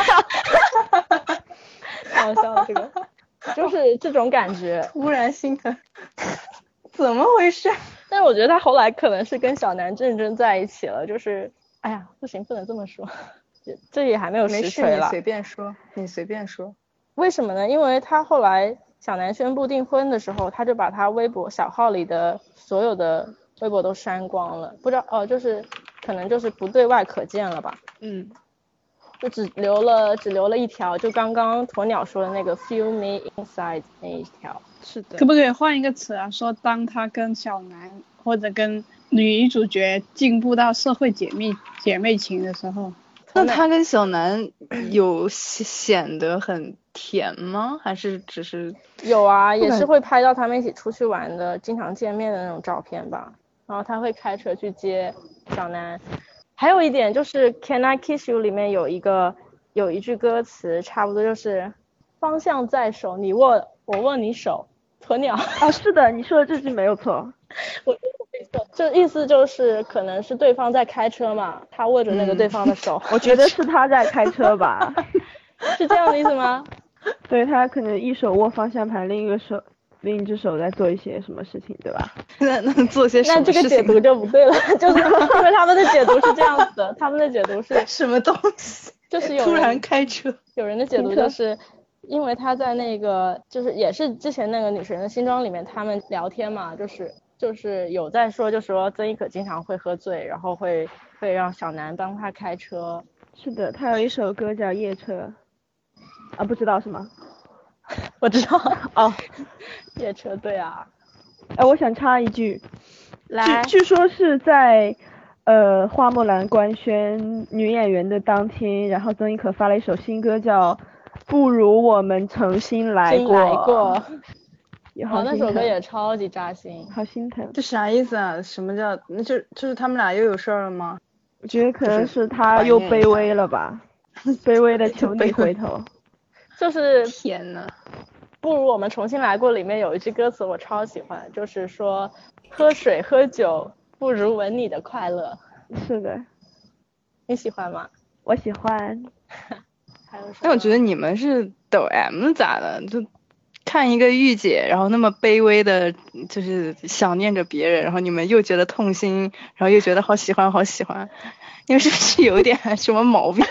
太好笑了，这个就是这种感觉。 突然心疼，怎么回事？ 但是我觉得他后来可能是跟小南认真在一起了，就是哎呀不行，不能这么说，这也还没有实锤了。 你随便说，你随便说。 为什么呢？因为他后来小南宣布订婚的时候，他就把他微博小号里的所有的微博都删光了，不知道就是可能就是不对外可见了吧。就只留了一条，就刚刚鸵鸟说的那个 feel me inside 那一条。 是的。 可不可以换一个词啊？说当他跟小南或者跟女主角进步到社会姐妹情的时候， 那他跟小南有显得很甜吗？还是只是有啊，也是会拍到他们一起出去玩的，经常见面的那种照片吧。然后他会开车去接小南。还有一点就是《Can I Kiss You》里面有一句歌词，差不多就是方向在手，我握你手，鸵鸟。 啊，是的，你说的这句没有错。 我没错，这意思就是可能是对方在开车嘛，他握着那个对方的手。 我觉得是他在开车吧。 是这样的意思吗？ 对，他可能一手握方向盘，另一只手在做一些什么事情，对吧？ 那做些什么事情？ 那这个解读就不对了，就是因为他们的解读是这样子的，他们的解读是什么东西？ 就是突然开车。 有人的解读就是因为他在那个就是也是之前那个女神的新装里面他们聊天嘛，就是有在说，就说曾轶可经常会喝醉，然后会让小南帮他开车。 是的，他有一首歌叫《夜车》。啊，不知道是吗？ 我知道。 哦， 夜车，对啊。 我想插一句， 来， 据说是在花木兰官宣女演员的当天，然后曾轶可发了一首新歌叫《不如我们重新来过》。 那首歌也超级扎心， 好心疼。 这啥意思啊？什么叫？那就是他们俩又有事儿了吗？ 我觉得可能是他又卑微了吧，卑微的求你回头。 就是天呐， 不如我们重新来过里面有一句歌词我超喜欢，就是说喝水喝酒不如吻你的快乐。 是的。 你喜欢吗？ 我喜欢。 还有什么？ 但我觉得你们是抖 M 咋的？就看一个御姐，然后那么卑微的，就是想念着别人，然后你们又觉得痛心，然后又觉得好喜欢好喜欢，你们是不是有一点什么毛病？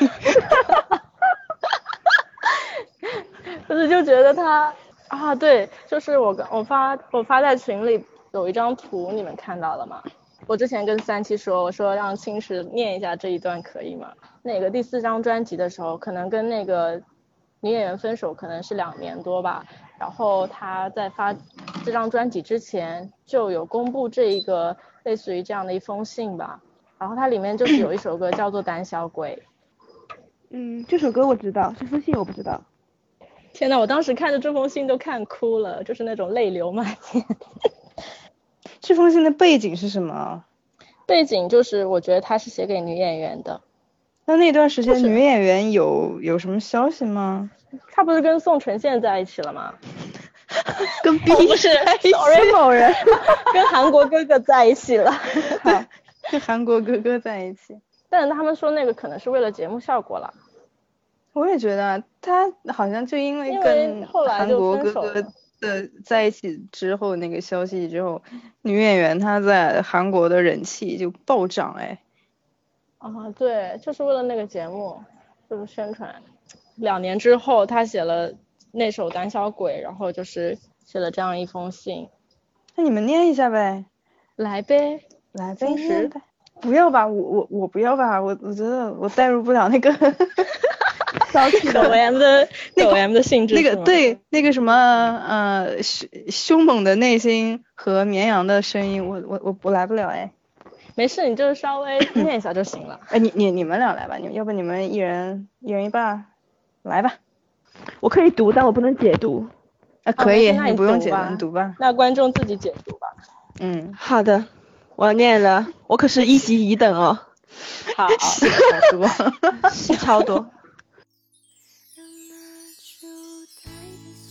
就觉得他啊，对，就是我发在群里有一张图，你们看到了吗？我之前跟37说，我说让青池念一下这一段可以吗？那个第4张专辑的时候，可能跟那个女演员分手可能是2年多吧，然后他在发这张专辑之前就有公布这一个类似于这样的一封信吧，然后它里面就是有一首歌叫做《胆小鬼》。 这首歌我知道，这封信我不知道。 天哪，我当时看着这封信都看哭了，就是那种泪流满面。 这封信的背景是什么？ 背景就是我觉得他是写给女演员的。 那段时间女演员有什么消息吗？ 他不是跟宋承宪在一起了吗？ 跟 B 不是 sorry 某人跟韩国哥哥在一起了。 好，跟韩国哥哥在一起。 但是他们说那个可能是为了节目效果了。 我也觉得他好像就因为跟韩国哥哥的在一起之后那个消息之后，女演员她在韩国的人气就暴涨哎。 啊，对，就是为了那个节目，就是宣传。2年之后，他写了那首《胆小鬼》，然后就是写了这样一封信。 那你们念一下呗。 来呗， 来呗，念呗。不要吧，我不要吧，我觉得我代入不了那个。 抖 M 的性质， 那个对那个什么凶猛的内心和绵羊的声音，我来不了哎。 没事，你就稍微念一下就行了。 哎，你们俩来吧，要不你们一人一半，来吧。 我可以读，但我不能解读。 可以，你不用解读，你读吧。 那观众自己解读吧。 好的，我念了，我可是1级乙等哦。 好， 戏好多， 戏超多。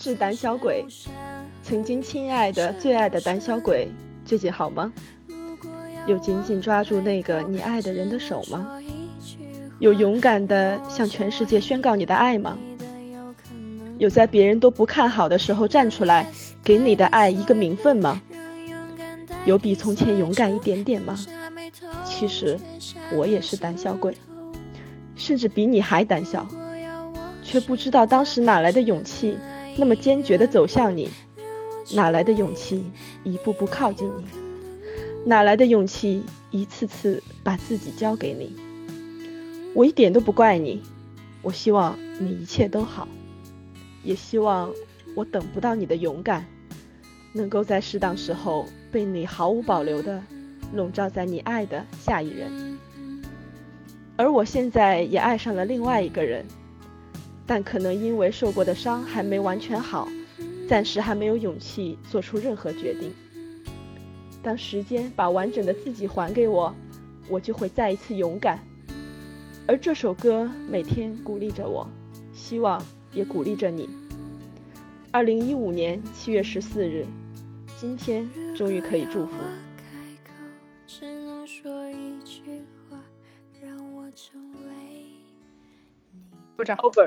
致胆小鬼，曾经亲爱的最爱的胆小鬼，最近好吗？有紧紧抓住那个你爱的人的手吗？有勇敢的向全世界宣告你的爱吗？有在别人都不看好的时候站出来，给你的爱一个名分吗？有比从前勇敢一点点吗？其实我也是胆小鬼，甚至比你还胆小，却不知道当时哪来的勇气那么坚决地走向你，哪来的勇气一步步靠近你，哪来的勇气一次次把自己交给你。我一点都不怪你，我希望你一切都好，也希望我等不到你的勇敢，能够在适当时候被你毫无保留地笼罩在你爱的下一人。而我现在也爱上了另外一个人，但可能因为受过的伤还没完全好，暂时还没有勇气做出任何决定。当时间把完整的自己还给我，我就会再一次勇敢。而这首歌每天鼓励着我，希望也鼓励着你。2015年7月14日，今天终于可以祝福。 鼓掌 over。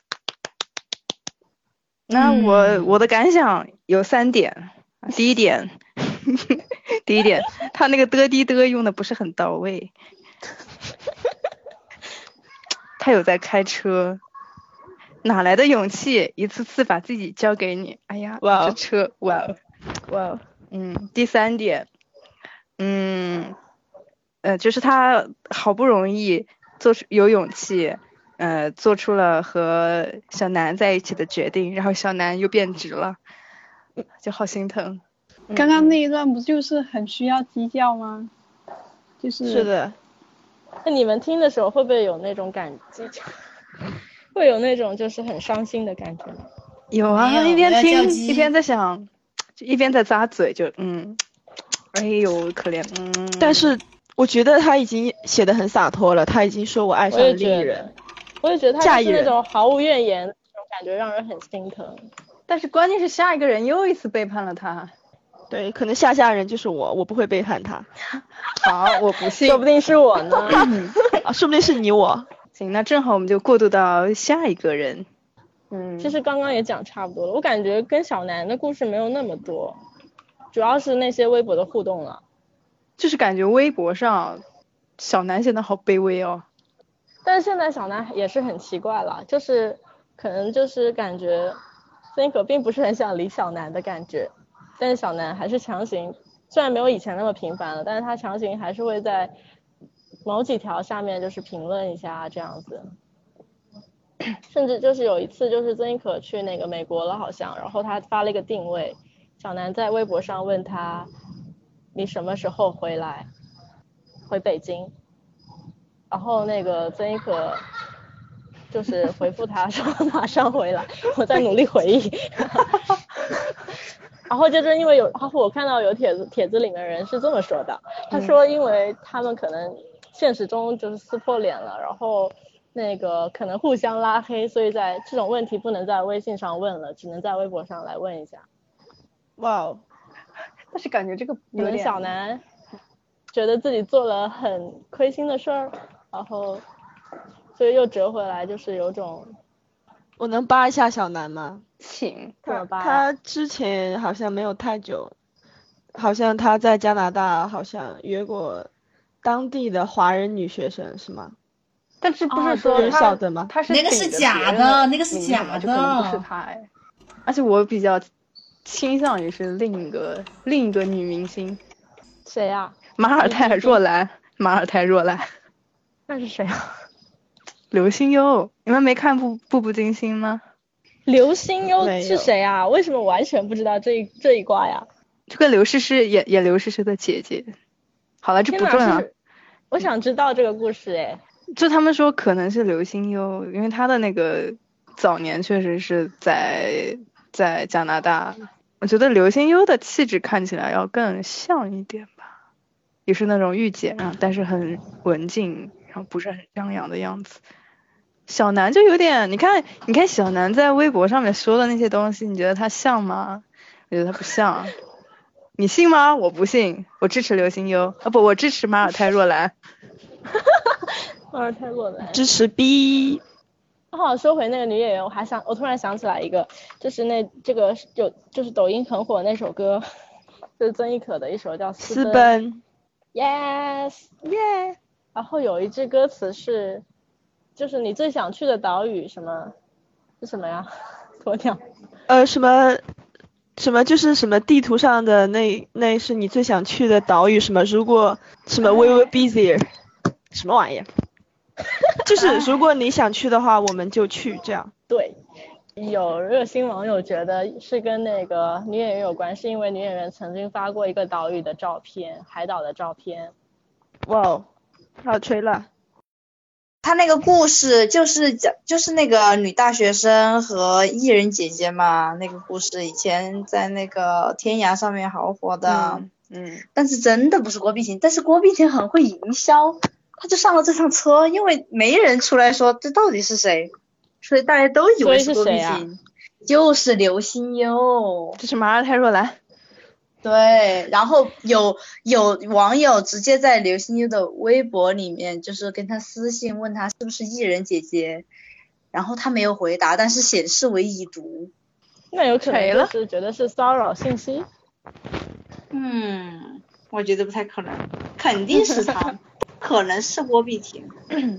那我的感想有3点。第一点他那个的滴的用的不是很到位。他有在开车，哪来的勇气一次次把自己交给你？哎呀，这车，哇哦。第3点，就是他好不容易有勇气，做出了和小南在一起的决定，然后小南又变直了，就好心疼。 刚刚那一段不就是很需要鸡叫吗？ 是的。 那你们听的时候会不会有那种会有那种就是很伤心的感觉吗？ 有啊，一边听一边在想，就一边在咂嘴，就哎呦可怜。 但是我觉得他已经写得很洒脱了，他已经说我爱上了另一人。 我也觉得他是那种毫无怨言的那种感觉，让人很心疼。 但是关键是下一个人又一次背叛了他。 对，可能下人就是我不会背叛他。 好，我不信。 说不定是我呢。 说不定是你我。 行，那正好我们就过渡到下一个人。 其实刚刚也讲差不多了，我感觉跟小南的故事没有那么多，主要是那些微博的互动了。 就是感觉微博上小南显得好卑微哦。 但是现在小南也是很奇怪了，就是可能就是感觉森可并不是很想理小南的感觉。但是小南还是强行，虽然没有以前那么频繁了，但是他强行还是会在某几条下面就是评论一下这样子。甚至就是有一次就是曾轶可去那个美国了好像，然后他发了一个定位，小南在微博上问他你什么时候回北京，然后那个曾轶可就是回复他说马上回来，我在努力回忆。然后就是因为我看到有帖子里面人是这么说的，他说因为他们可能现实中就是撕破脸了，然后那个可能互相拉黑，所以在这种问题不能在微信上问了，只能在微博上来问一下。 哇哦， 但是感觉这个可能小南觉得自己做了很亏心的事儿，然后所以又折回来，就是有种。 我能扒一下小南吗？ 请。 他之前好像没有太久，好像他在加拿大好像约过当地的华人女学生是吗？ 但是不是说晓得吗？ 他是那个是假的，那个是假的， 就可能不是他哎。而且我比较倾向于是另一个女明星。 谁呀？ 马尔泰若兰。 那是谁啊？ 刘心悠。你们没看步步惊心吗？ 刘心悠是谁啊？为什么完全不知道这一卦呀？ 就跟刘诗诗演刘诗诗的姐姐。好了，这不重要。 我想知道这个故事哎。 就他们说可能是刘心悠，因为他的那个早年确实是在加拿大。我觉得刘心悠的气质看起来要更像一点吧，也是那种御姐啊，但是很文静，然后不是很张扬的样子。 小南就有点，你看小南在微博上面说的那些东西，你觉得他像吗？我觉得他不像。你信吗？我不信，我支持刘心悠啊，不，我支持马尔泰若兰。 马尔泰若兰支持 B。 好，说回那个女演员，我突然想起来一个，就是就是抖音很火那首歌，就是曾轶可的一首叫《 私奔》。 Yes， 耶。 然后有一句歌词是，就是你最想去的岛屿什么是什么呀？鸵鸟。 什么就是什么地图上的那是你最想去的岛屿什么？如果什么 we will be there， 什么玩意？就是如果你想去的话，我们就去这样。 对，有热心网友觉得是跟那个女演员有关，是因为女演员曾经发过一个岛屿的照片，海岛的照片。 哇哦，好吹了。 他那个故事就是那个女大学生和艺人姐姐嘛，那个故事以前在那个天涯上面好火的。但是真的不是郭碧婷，但是郭碧婷很会营销，他就上了这趟车，因为没人出来说这到底是谁，所以大家都以为是郭碧婷，就是刘心悠， 这是马尔泰若兰。 对，然后有网友直接在刘心悠的微博里面就是跟他私信问他是不是艺人姐姐，然后他没有回答，但是显示为已读。 那有可能就是觉得是骚扰信息。 我觉得不太可能，肯定是他，可能是郭碧婷。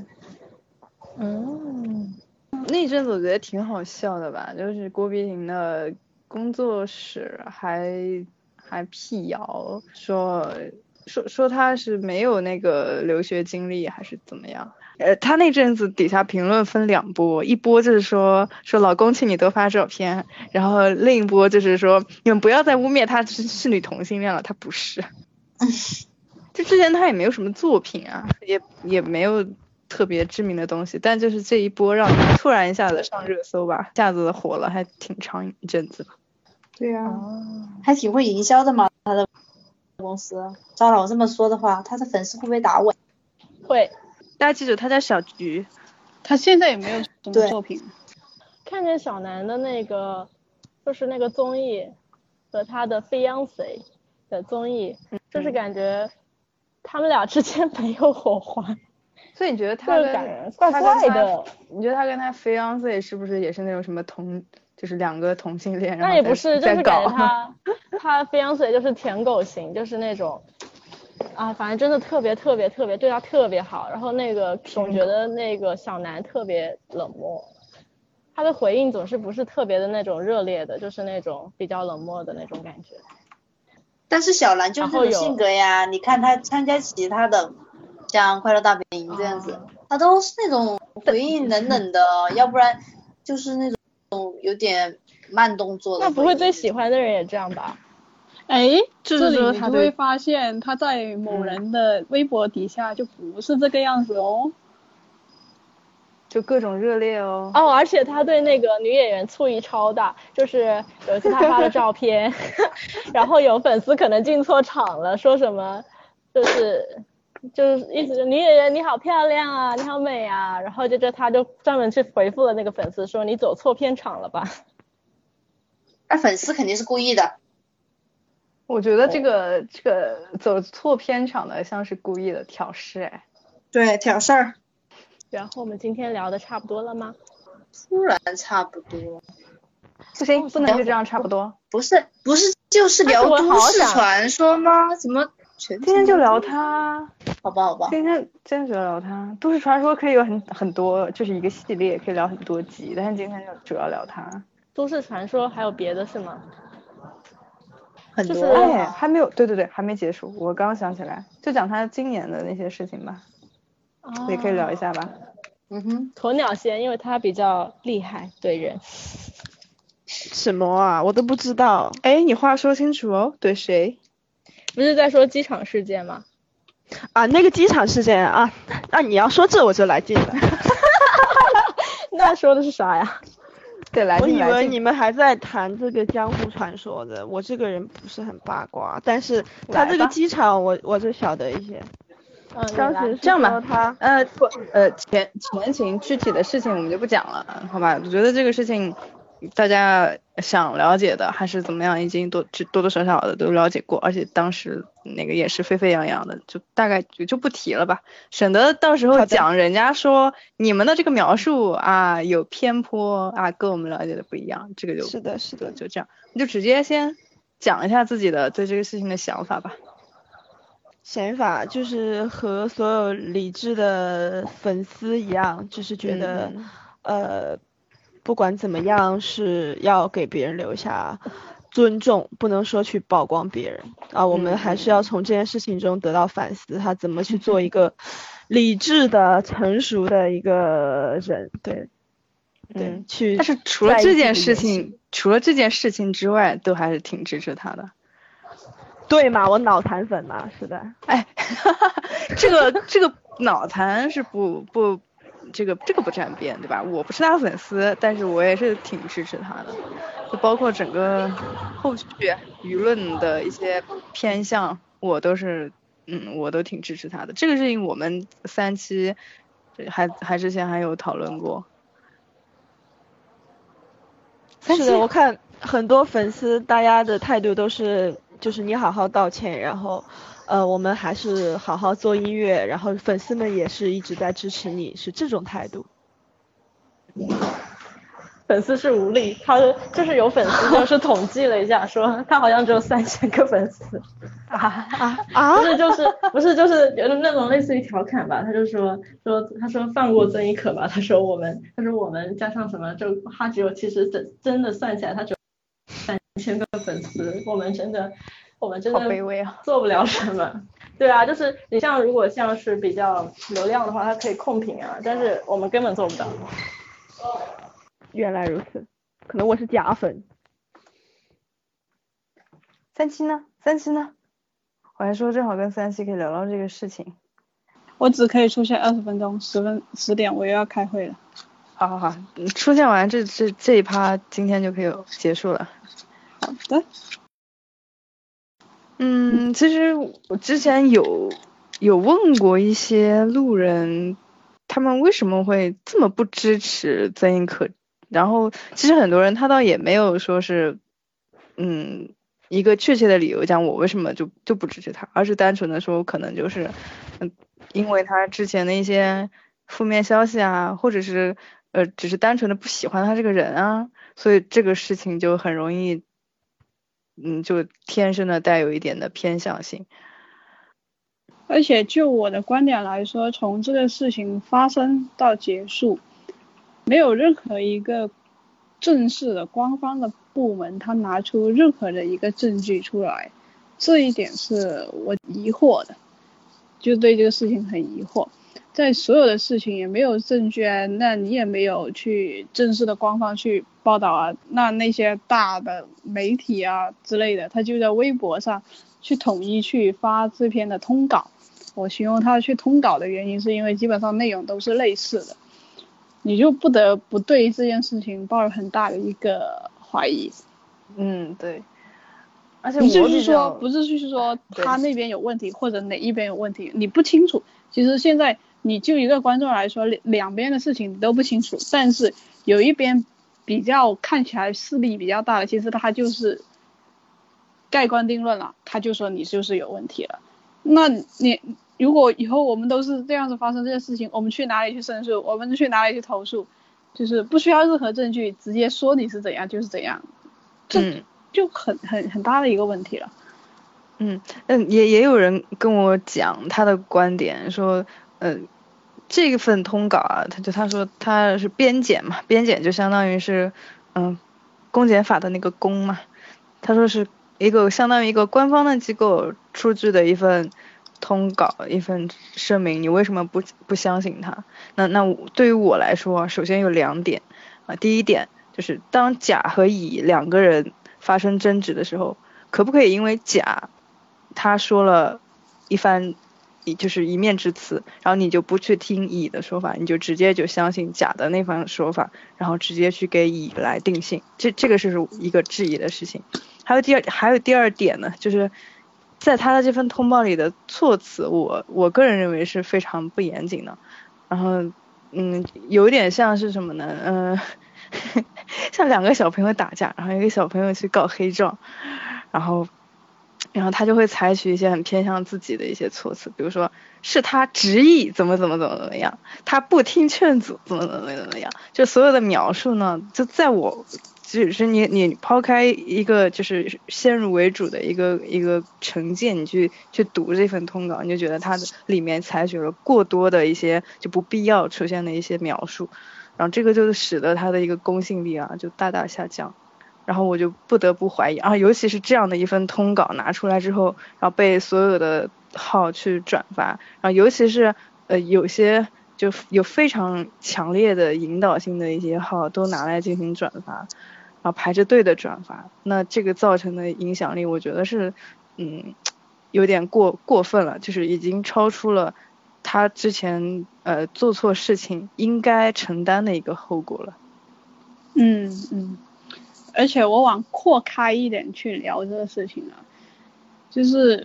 那阵子我觉得挺好笑的吧，就是郭碧婷的工作室还辟谣说他是没有那个留学经历还是怎么样。他那阵子底下评论分两波，一波就是说老公请你多发照片，然后另一波就是说你们不要再污蔑他是女同性恋了，他不是。就之前他也没有什么作品啊，也没有特别知名的东西，但就是这一波让他突然一下子上热搜吧，一下子火了，还挺长一阵子。 对啊，还挺会营销的嘛，他的公司。照老这么说的话，他的粉丝会不会打我？ 会。 大家记住他叫小菊， 他现在也没有什么作品。 看见小南的那个就是那个综艺和他的 fiancé 的综艺，就是感觉他们俩之间没有火花。 所以你觉得他跟怪怪的？ 你觉得他跟他 fiancé 是不是也是那种什么就是两个同性恋？ 那也不是，就是感觉他 fiancé 就是舔狗型，就是那种反正真的特别对他特别好，然后那个总觉得那个小南特别冷漠，他的回应总是不是特别的那种热烈的，就是那种比较冷漠的那种感觉。 但是小南就是这种性格呀，你看他参加其他的像快乐大本营这样子，他都是那种回应冷冷的，要不然就是那种有点慢动作的。 那不会最喜欢的人也这样吧？ 这里你就会发现他在某人的微博底下就不是这个样子哦， 就各种热烈哦。 而且他对那个女演员醋意超大，就是有一次他发了照片然后有粉丝可能进错场了，说什么就是意思是女演员你好漂亮啊，你好美啊，然后他就专门去回复了那个粉丝说你走错片场了吧。 那粉丝肯定是故意的。 我觉得这个走错片场的像是故意的挑事。 对，挑事儿。 然后我们今天聊的差不多了吗？ 突然差不多。 不行，不能就这样差不多。 不是就是聊都市传说吗？怎么今天就聊它？ 好吧。 今天就聊它。都市传说可以有很多，就是一个系列可以聊很多集，但是今天就主要聊它。 都市传说还有别的是吗？ 很多。 还没有，对，还没结束。我刚想起来，就讲他今年的那些事情吧。也可以聊一下吧。 鸵鸟先，因为他比较厉害对人。 什么啊，我都不知道。 你话说清楚哦。对谁？ 不是在说机场事件吗？ 那个机场事件啊，那你要说这我就来劲了。 那说的是啥呀？ 对，来劲。 我以为你们还在谈这个江湖传说的，我这个人不是很八卦，但是他这个机场我就晓得一些。 当时这样吧，前情具体的事情我们就不讲了，好吧？我觉得这个事情大家想了解的还是怎么样，已经多多少少的都了解过，而且当时那个也是沸沸扬扬的，就大概就不提了吧，省得到时候讲人家说你们的这个描述啊有偏颇啊，跟我们了解的不一样，这个就是的， 就这样，你就直接先讲一下自己的对这个事情的想法吧。 想法就是和所有理智的粉丝一样，就是觉得不管怎么样是要给别人留下尊重，不能说去曝光别人啊。我们还是要从这件事情中得到反思，他怎么去做一个理智的成熟的一个人。对，去。 但是除了这件事情之外，都还是挺支持他的。 对嘛，我脑残粉嘛，是的。 哎，这个脑残是不这个不沾边，对吧？我不是他粉丝，但是我也是挺支持他的，就包括整个后续舆论的一些偏向，我都挺支持他的。这个事情我们3期还之前还有讨论过。 是的，我看很多粉丝大家的态度都是，就是你好好道歉，然后我们还是好好做音乐，然后粉丝们也是一直在支持你，是这种态度。 粉丝是无力，他就是有粉丝就是统计了一下，说他好像只有3000个粉丝。不是就是有那种类似于调侃吧，他就说放过曾轶可吧，他说我们加上什么，就他只有其实真的算起来他只有3000个粉丝，我们真的好卑微啊， 做不了什么。对啊，就是你如果像是比较流量的话，他可以控评啊，但是我们根本做不到。 原来如此，可能我是假粉。 3期呢？我还说正好跟3期可以聊聊这个事情。 我只可以出现20分钟，10点我又要开会了。 好，出现完这一趴，今天就可以结束了。 好的。 其实我之前有问过一些路人，他们为什么会这么不支持曾轶可，然后其实很多人他倒也没有说是一个确切的理由讲我为什么就不支持他，而是单纯的说可能就是因为他之前的一些负面消息啊，或者是只是单纯的不喜欢他这个人啊，所以这个事情就很容易就天生的带有一点的偏向性。 而且就我的观点来说，从这个事情发生到结束，没有任何一个正式的官方的部门他拿出任何的一个证据出来，这一点是我疑惑的，就对这个事情很疑惑。在所有的事情也没有证据啊，那你也没有去正式的官方去报道啊，那些大的媒体啊之类的，他就在微博上去统一去发这篇的通稿。我形容他去通稿的原因是因为基本上内容都是类似的，你就不得不对这件事情抱有很大的一个怀疑。 对。而且不是说他那边有问题或者哪一边有问题，你不清楚。其实现在你就一个观众来说，两边的事情你都不清楚，但是有一边比较看起来势力比较大的，其实他就是盖棺定论了，他就说你就是有问题了。那你如果以后我们都是这样子发生这件事情，我们去哪里去申诉，我们去哪里去投诉，就是不需要任何证据，直接说你是怎样就是怎样，这就很大的一个问题了。 也有人跟我讲他的观点，说这份通稿啊，他说他是编检嘛，编检就相当于是公检法的那个公嘛，他说是一个相当于一个官方的机构出具的一份通稿，一份声明，你为什么不相信他？那对于我来说，首先有2点啊，第一点就是当甲和乙2个人发生争执的时候，可不可以因为甲他说了一番就是一面之词，然后你就不去听乙的说法，你就直接就相信甲的那番说法，然后直接去给乙来定性，这个是一个质疑的事情。还有第二点呢，就是在他的这份通报里的措辞，我个人认为是非常不严谨的。然后有点像是什么呢？像2个小朋友打架，然后一个小朋友去告黑状，然后他就会采取一些很偏向自己的一些措辞，比如说是他执意怎么样，他不听劝阻怎么样，就所有的描述呢，就在我只是你抛开一个就是先入为主的一个成见，你去读这份通稿，你就觉得它里面采取了过多的一些就不必要出现的一些描述，然后这个就使得它的一个公信力啊就大大下降。然后我就不得不怀疑啊，尤其是这样的一份通稿拿出来之后，然后被所有的号去转发，然后尤其是有些就有非常强烈的引导性的一些号都拿来进行转发，然后排着队的转发，那这个造成的影响力，我觉得是有点过分了，就是已经超出了他之前做错事情应该承担的一个后果了。 而且我往扩开一点去聊这个事情啊，就是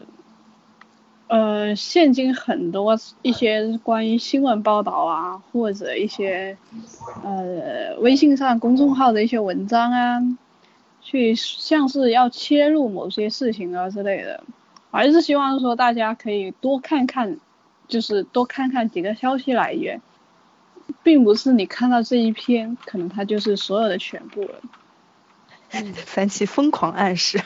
现今很多一些关于新闻报道啊，或者一些微信上公众号的一些文章啊，去像是要切入某些事情啊之类的，还是希望说大家可以多看看，就是多看看几个消息来源，并不是你看到这一篇可能它就是所有的全部了。 三七疯狂暗示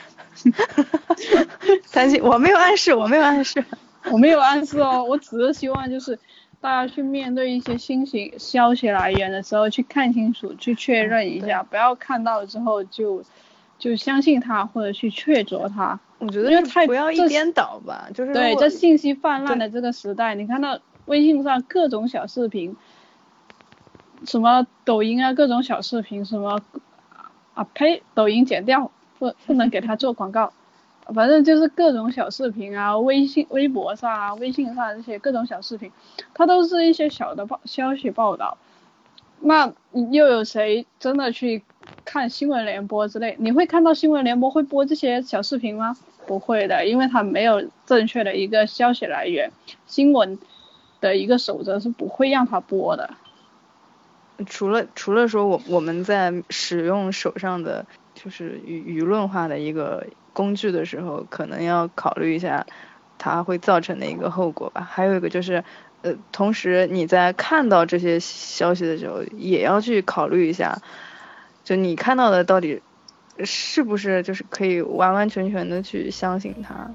三七我没有暗示哦，我只是希望就是大家去面对一些新型消息来源的时候去看清楚，去确认一下，不要看到之后就相信它或者去确凿它。 我觉得不要一边倒吧，就是对，在信息泛滥的这个时代，你看到微信上各种小视频，什么抖音啊，各种小视频，什么呸，抖音剪掉，不能给他做广告，反正就是各种小视频啊，微博上啊，微信上这些各种小视频，它都是一些小的消息报道。那又有谁真的去看新闻联播之类？你会看到新闻联播会播这些小视频吗？不会的，因为它没有正确的一个消息来源，新闻的一个守则是不会让它播的。 除了说我们在使用手上的就是舆论化的一个工具的时候，可能要考虑一下它会造成的一个后果吧。还有一个就是同时你在看到这些消息的时候，也要去考虑一下，就你看到的到底是不是就是可以完完全全的去相信它。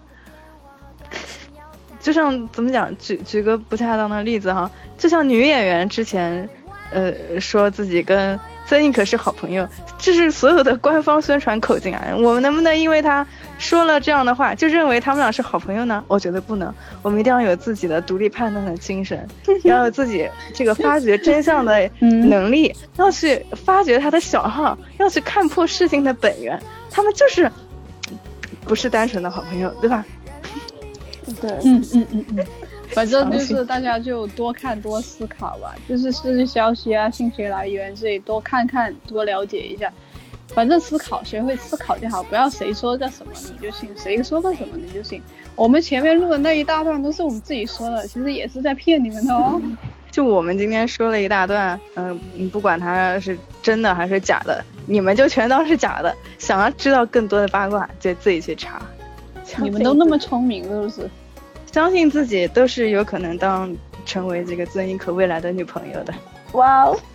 就像怎么讲，举个不恰当的例子哈，就像女演员之前说自己跟曾轶可是好朋友，这是所有的官方宣传口径啊。我们能不能因为他说了这样的话就认为他们俩是好朋友呢？我觉得不能，我们一定要有自己的独立判断的精神，要有自己这个发掘真相的能力，要去发掘他的小号，要去看破事情的本源，他们就是不是单纯的好朋友，对吧？ 对，反正就是大家就多看多思考吧，就是这些消息啊、信息来源自己多看看多了解一下，反正思考，学会思考就好，不要谁说个什么你就信，谁说个什么你就信。我们前面录的那一大段都是我们自己说的，其实也是在骗你们的哦。 就我们今天说了一大段，不管它是真的还是假的，你们就全当是假的。想要知道更多的八卦，就自己去查。 你们都那么聪明，是不是？ 相信自己都是有可能成为这个曾轶可未来的女朋友的。 哇哦！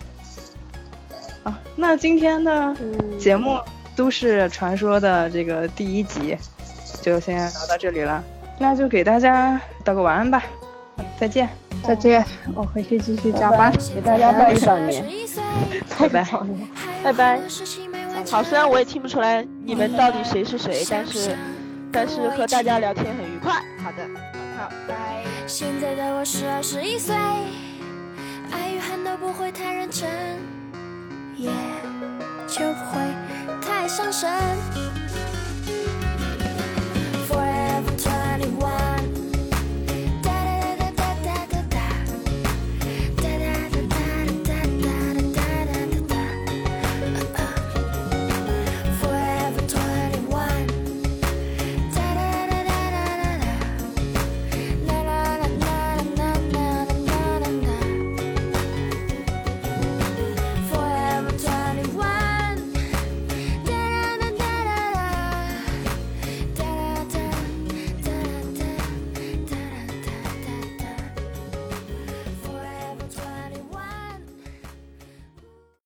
啊，那今天的节目《都市传说》的这个第1集就先聊到这里了，那就给大家道个晚安吧，再见。 再见，我回去继续加班， 给大家拜一早年， 拜拜， 拜拜。 好，虽然我也听不出来你们到底谁是谁，但是和大家聊天很愉快。好的，好，拜。 现在的我12、11岁，爱与恨都不会太认真，也就不会太伤神。